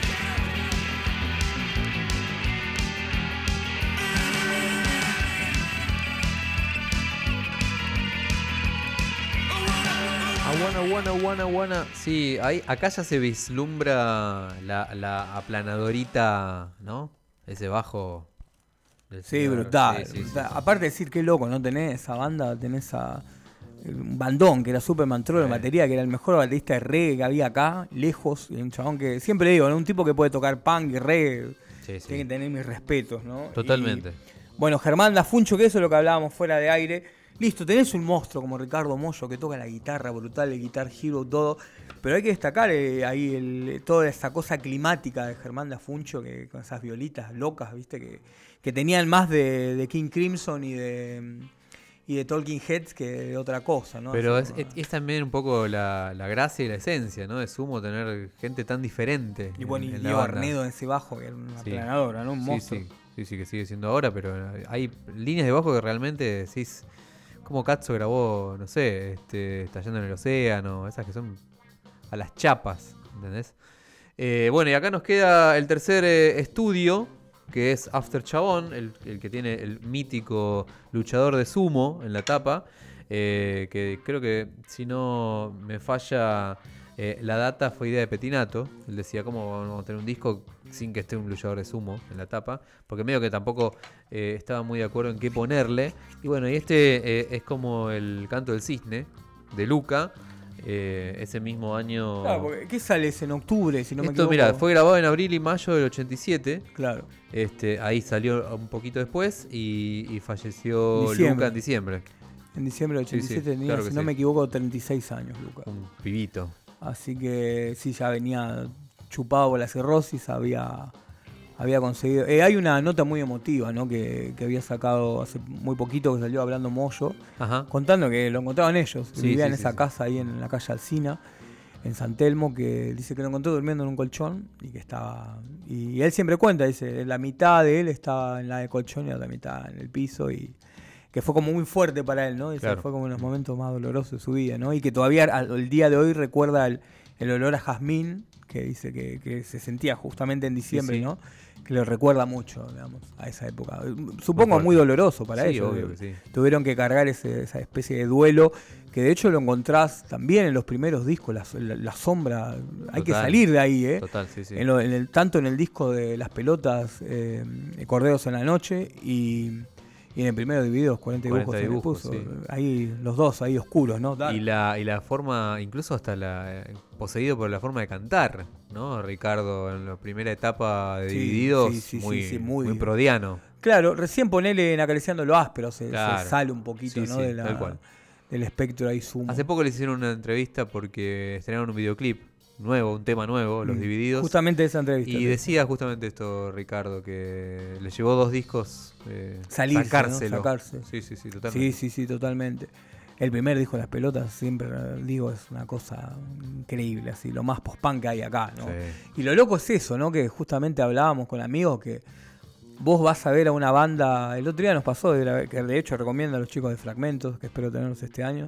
Aguana, aguana, aguana, aguana. Sí, ahí, acá ya se vislumbra la, la aplanadorita, ¿no? Ese bajo. del Sí, señor. brutal. Sí, sí, sí, brutal. sí. Aparte de decir qué loco, ¿no? Tenés esa banda, tenés a un bandón que era Superman Troll en batería, que era el mejor baterista de reggae que había acá, lejos, y un chabón que siempre digo, ¿no? Un tipo que puede tocar punk y reggae, Sí, sí. tiene que tener mis respetos, ¿no? Totalmente. Y, bueno, Germán Dafuncho, que eso es lo que hablábamos fuera de aire. Listo, tenés un monstruo como Ricardo Mollo que toca la guitarra brutal, el Guitar Hero, todo. Pero hay que destacar eh, ahí el, toda esa cosa climática de Germán Dafuncho, que con esas violitas locas, ¿viste? Que, que tenían más de, de King Crimson y de, y de Talking Heads que de otra cosa, ¿no? Pero Así es, como- es también un poco la, la gracia y la esencia, ¿no? De Sumo tener gente tan diferente. Y bueno, en- y en la Diego banda. Arnedo en ese bajo, que era una Sí. aplanadora, ¿no? Un Sí, monstruo. sí, sí, sí, que sigue siendo ahora, pero hay líneas de bajo que realmente decís, como Katzo grabó, no sé, este, Estallando en el Océano, esas que son a las chapas, ¿entendés? Eh, bueno, y acá nos queda el tercer eh, estudio, que es After Chabón, el, el que tiene el mítico luchador de sumo en la tapa, eh, que creo que, si no me falla eh, la data, fue idea de Petinato. Él decía, ¿cómo vamos a tener un disco sin que esté un luchador de sumo en la tapa? Porque medio que tampoco eh, estaba muy de acuerdo en qué ponerle. Y bueno, y este eh, es como el Canto del Cisne, de Luca. Eh, ese mismo año. Claro, porque ¿qué sale ese en octubre? Si no me Esto, equivoco. mirá, fue grabado en abril y mayo del ochenta y siete. Claro. Este, ahí salió un poquito después y, y falleció Diciembre. Luca en diciembre. En diciembre del ochenta y siete Sí, sí, tenía, claro que si no sí. me equivoco, treinta y seis años, Luca. Un pibito. Así que sí, ya venía chupado por la cirrosis, había, había conseguido... Eh, hay una nota muy emotiva, ¿no? Que, que había sacado hace muy poquito, que salió hablando Moyo, Ajá. contando que lo encontraban ellos, que Sí, vivían sí, en esa sí, casa ahí en la calle Alsina, en San Telmo, que dice que lo encontró durmiendo en un colchón y que estaba... Y él siempre cuenta, dice, la mitad de él estaba en la de colchón y la otra mitad en el piso, y que fue como muy fuerte para él, ¿no? Dice, Claro. fue como uno de los momentos más dolorosos de su vida, ¿no? Y que todavía al el día de hoy recuerda el, el olor a jazmín, que dice que, que se sentía justamente en diciembre, Sí, sí. ¿no? Que lo recuerda mucho, digamos, a esa época. Supongo fuerte. muy doloroso para Sí, ellos. obvio que sí. Tuvieron que cargar ese- esa especie de duelo, que de hecho lo encontrás también en los primeros discos, la, la- la sombra. Hay que Total. salir de ahí, ¿eh? Total, sí, sí. En lo- en el, tanto en el disco de Las Pelotas, eh, Cordeos en la Noche, y, y en el primero Divididos, cuarenta dibujos, cuarenta se le dibujos, puso. sí. Ahí los dos, ahí oscuros, ¿no? Dark. Y la, y la forma, incluso hasta la eh, poseído por la forma de cantar, ¿no? Ricardo en la primera etapa de Sí, Divididos, sí, sí, sí, muy, sí, muy- muy prodiano. Claro, recién ponele en Acariciando lo áspero, se, se Claro. sale un poquito, Sí, ¿no? sí, de la, tal cual. del espectro ahí sumo. Hace poco le hicieron una entrevista porque estrenaron un videoclip nuevo, un tema nuevo, Los Mm. Divididos. Justamente esa entrevista. Y sí. decía justamente esto, Ricardo, que le llevó dos discos eh, Salirse, ¿no? sacárselo. Sacarse. Sí, sí, sí, totalmente. Sí, sí, sí, totalmente. El primer disco, Las Pelotas, siempre eh, digo, es una cosa increíble, así, lo más post-punk que hay acá, ¿no? Sí. Y lo loco es eso, ¿no? Que justamente hablábamos con amigos que vos vas a ver a una banda, el otro día nos pasó, de la- que de hecho recomiendo a los chicos de Fragmentos, que espero tenerlos este año,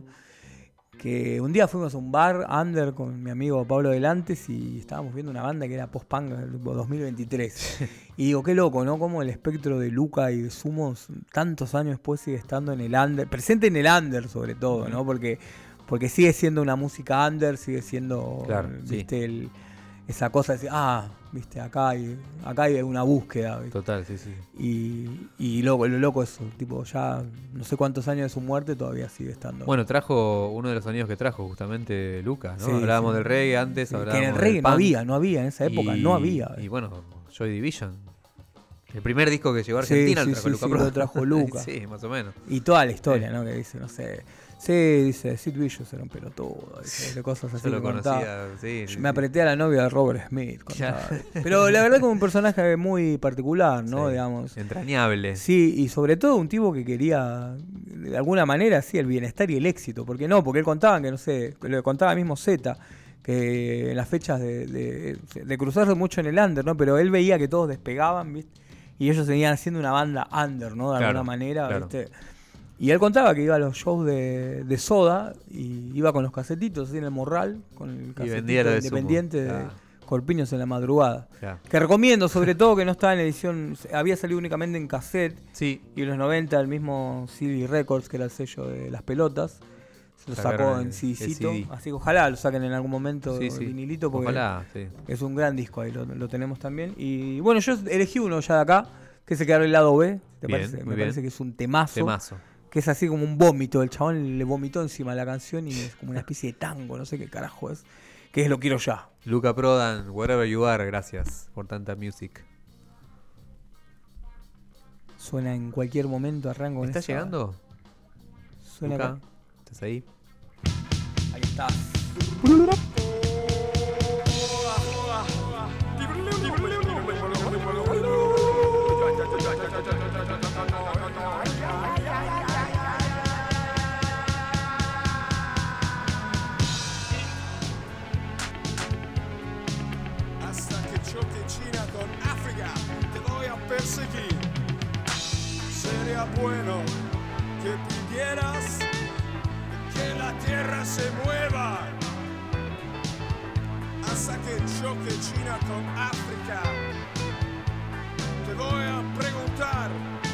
que un día fuimos a un bar under con mi amigo Pablo Delantes y estábamos viendo una banda que era post-punk tipo dos mil veintitrés. Y digo, qué loco, ¿no? Como el espectro de Luca y de Sumos tantos años después sigue estando en el under, presente en el under sobre todo, ¿no? Porque, porque sigue siendo una música under, sigue siendo, Claro, viste, el, esa cosa de decir, ah, viste, acá hay, acá hay una búsqueda, ¿viste? Total, sí, sí. Y, y loco, lo loco es, tipo, ya no sé cuántos años de su muerte todavía sigue estando. Bueno, trajo uno de los sonidos que trajo justamente Lucas, ¿no? Sí, hablábamos sí. del reggae antes, Sí, que en hablábamos el reggae del no punk. había, no había, en esa época Y- no había. Y bueno, Joy Division. El primer disco que llegó a Sí, Argentina sí, lo trajo sí, Luca sí, Prodan. lo trajo Luca. Sí, más o menos. Y toda la historia, ¿no? Que dice, no sé. Sí, dice, Sid Vicious era un pelotudo. Dice, de cosas así. Yo lo que contaba. conocía, sí, Yo sí, me sí. apreté a la novia de Robert Smith. contaba. Ya. Pero la verdad, como un personaje muy particular, ¿no? Sí, Digamos. entrañable. Sí, y sobre todo un tipo que quería, de alguna manera, sí, el bienestar y el éxito. ¿Por qué no? Porque él contaba que, no sé, lo contaba mismo Z, que en las fechas de, de, de cruzarse mucho en el under, ¿no? Pero él veía que todos despegaban, ¿viste? Y ellos seguían haciendo una banda under, ¿no? De Claro, alguna manera, claro. ¿viste? Y él contaba que iba a los shows de, de Soda y iba con los casetitos así en el morral, con el casetito vendía lo de Sumo. independiente de Claro. Corpiños en la madrugada. Claro. Que recomiendo, sobre todo, que no estaba en edición, había salido únicamente en cassette. Sí. Y en los noventa el mismo C D Records, que era el sello de Las Pelotas, se lo Sacaron sacó el- en C D cito. el C D. Así que ojalá lo saquen en algún momento Sí, el sí. vinilito, porque Ojalá, sí. es un gran disco, ahí lo, lo tenemos también. Y bueno, yo elegí uno ya de acá, que se quedó el lado B. ¿Te Bien, parece? muy Me bien. parece que es un temazo. Temazo. Que es así como un vómito. El chabón le vomitó encima de la canción y es como una especie de tango, no sé qué carajo es. Que es Lo Quiero Ya. Luca Prodan, Wherever You Are, gracias por tanta music. Suena en cualquier momento, arranco con ¿Estás esa- llegando? Suena Luca, acá. ¿estás ahí? Ahí estás. Hasta que choque China con África, te voy a perseguir. Sería bueno que pidieras la tierra se mueva hasta que choque China con África. Te voy a preguntar.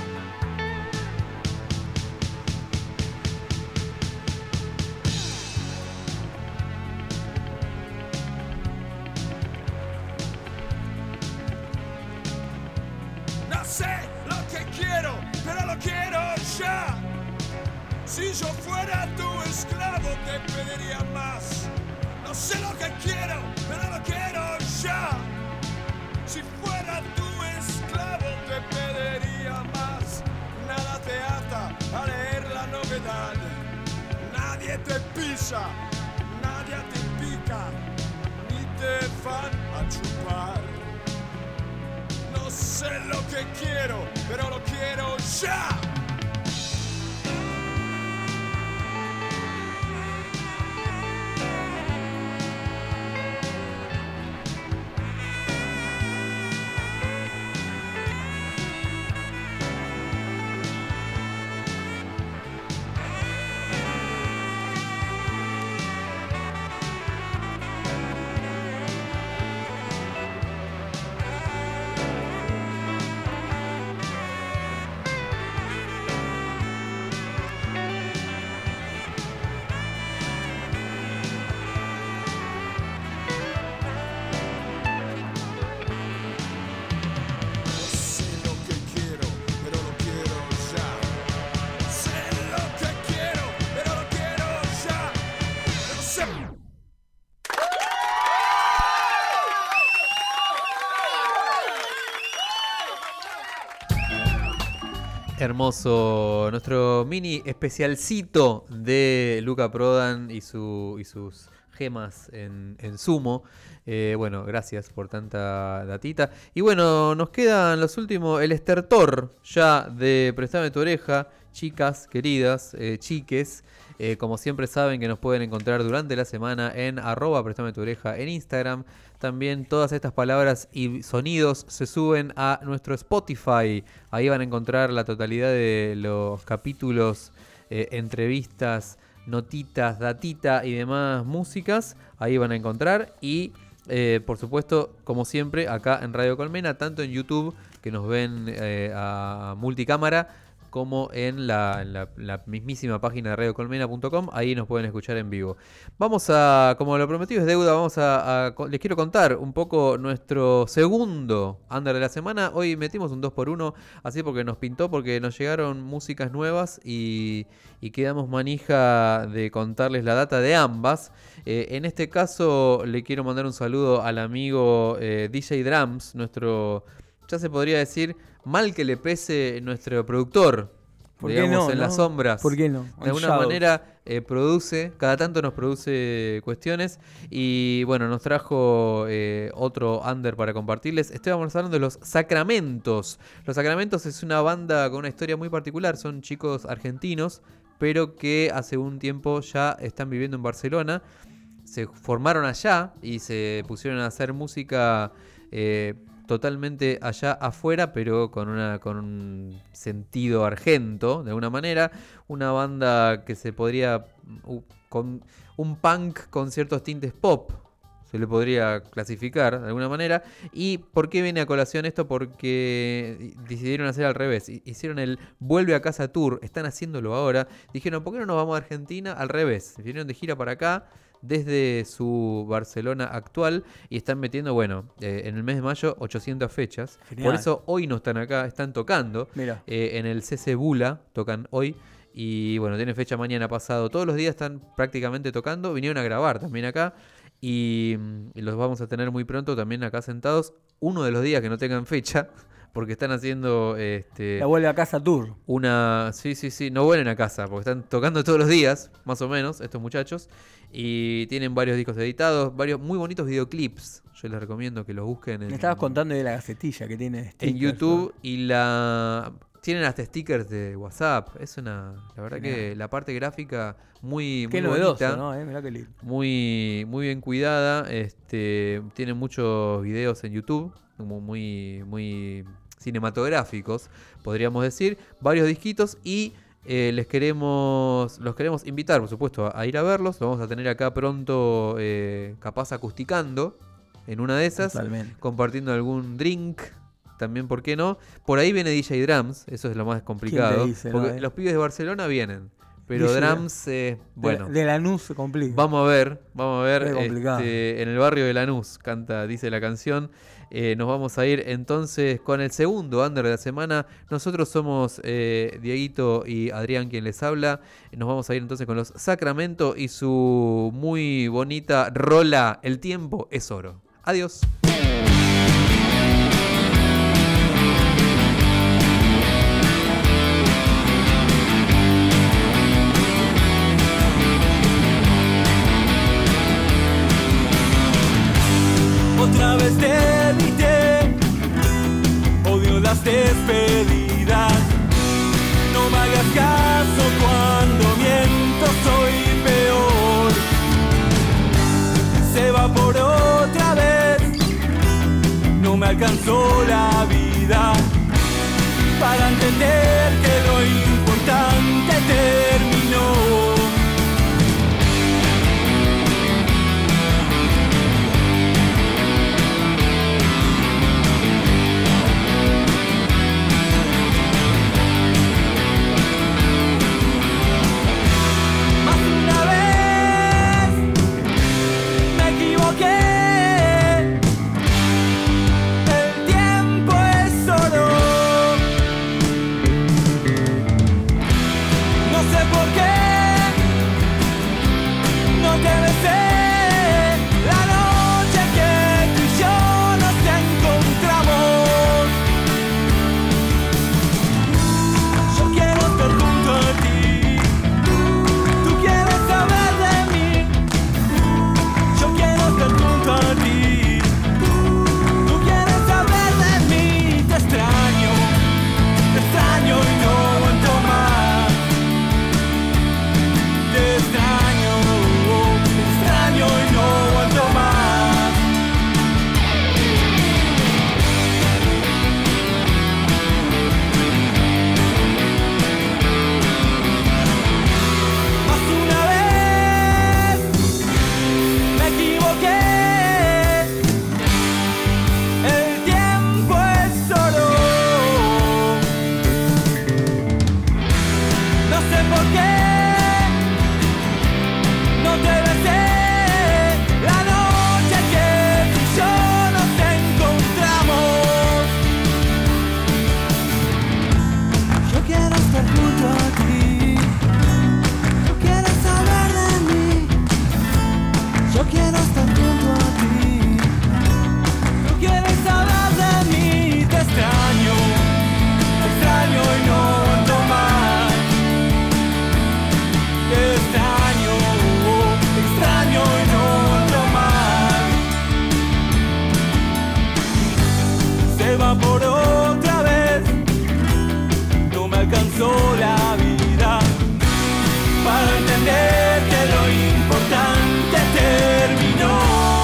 No sé lo que quiero, pero lo quiero ya. Si yo fuera tu esclavo te pediría más. No sé lo que quiero, pero lo quiero ya. Si fuera tu esclavo te pediría más. Nada te ata a leer la novedad. Nadie te pisa, nadie te pica, ni te van a chupar. No sé lo que quiero, pero lo quiero ya. Hermoso, nuestro mini especialcito de Luca Prodan y, su, y sus gemas en, en sumo. Eh, bueno, gracias por tanta datita. Y bueno, nos quedan los últimos, el estertor ya de Prestame tu oreja, chicas, queridas, eh, chiques. Eh, como siempre saben que nos pueden encontrar durante la semana en arroba Prestame tu oreja en Instagram. También todas estas palabras y sonidos se suben a nuestro Spotify. Ahí van a encontrar la totalidad de los capítulos, eh, entrevistas, notitas, datita y demás músicas. Ahí van a encontrar. Y eh, por supuesto, como siempre, acá en Radio Colmena, tanto en YouTube, que nos ven eh, a multicámara, como en la, en la, la mismísima página de radio colmena punto com. Ahí nos pueden escuchar en vivo. Vamos a, como lo prometido es deuda, vamos a, a les quiero contar un poco nuestro segundo under de la semana. Hoy metimos un dos por uno, así porque nos pintó, porque nos llegaron músicas nuevas y, y quedamos manija de contarles la data de ambas. Eh, en este caso le quiero mandar un saludo al amigo eh, D J Drums, nuestro, ya se podría decir, mal que le pese, nuestro productor, ¿Por digamos, qué no, en no? las sombras. ¿Por qué no? De alguna Shadows. manera eh, produce, cada tanto nos produce cuestiones. Y bueno, nos trajo eh, otro under para compartirles. Estábamos hablando de los Sacramentos. Los Sacramentos es una banda con una historia muy particular. Son chicos argentinos, pero que hace un tiempo ya están viviendo en Barcelona. Se formaron allá y se pusieron a hacer música eh, totalmente allá afuera, pero con una con un sentido argento, de alguna manera. Una banda que se podría, uh, con un punk con ciertos tintes pop, se le podría clasificar de alguna manera. ¿Y por qué viene a colación esto? Porque decidieron hacer al revés. Hicieron el Vuelve a Casa Tour, están haciéndolo ahora. Dijeron, ¿por qué no nos vamos a Argentina? Al revés, vinieron de gira para acá, desde su Barcelona actual, y están metiendo, bueno, eh, en el mes de mayo ochocientas fechas. Genial. Por eso hoy no están acá, están tocando. Mira. Eh, en el C C Bula tocan hoy. Y bueno, tienen fecha mañana pasado. Todos los días están prácticamente tocando. Vinieron a grabar también acá. Y, y los vamos a tener muy pronto también acá sentados. Uno de los días que no tengan fecha, porque están haciendo este La Vuelve a Casa Tour. Una, sí, sí, sí, no vuelven a casa, porque están tocando todos los días, más o menos, estos muchachos. Y tienen varios discos editados, varios muy bonitos videoclips. Yo les recomiendo que los busquen en, Me estabas contando de la gacetilla que tiene en stickers, YouTube. Y la tienen hasta stickers de WhatsApp. Es una, la verdad Genial. que la parte gráfica muy, muy Qué novedoso, bonita, ¿no? Eh, mirá qué lindo. muy, muy bien cuidada. Este, tienen muchos videos en YouTube, como muy, muy cinematográficos, podríamos decir. Varios disquitos y Eh, les queremos, los queremos invitar, por supuesto, a, a ir a verlos. Lo vamos a tener acá pronto, eh, capaz acusticando en una de esas, Totalmente. compartiendo algún drink. También, ¿por qué no? Por ahí viene D J Drums, eso es lo más complicado. ¿Quién te dice, porque no, eh? los pibes de Barcelona vienen, pero D J Drums, eh, bueno. De, de Lanús se complica. Vamos a ver, vamos a ver. Es complicado. Este, en el barrio de Lanús, canta, dice la canción. Eh, nos vamos a ir entonces con el segundo under de la semana. Nosotros somos eh, Dieguito y Adrián quien les habla. Nos vamos a ir entonces con los Sacramento y su muy bonita rola El tiempo es oro. Adiós. Otra vez te evité, odio las despedidas. No me hagas caso cuando miento, soy peor. Se va por otra vez, no me alcanzó la vida para entender que lo importante terminó. Por otra vez, no me alcanzó la vida para entender que lo importante terminó.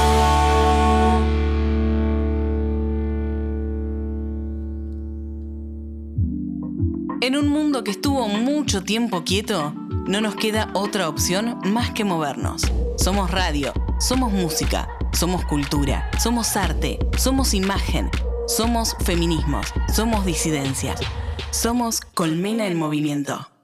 En un mundo que estuvo mucho tiempo quieto, no nos queda otra opción más que movernos. Somos radio, somos música, somos cultura, somos arte, somos imagen. Somos feminismos, somos disidencias, somos Colmena en Movimiento.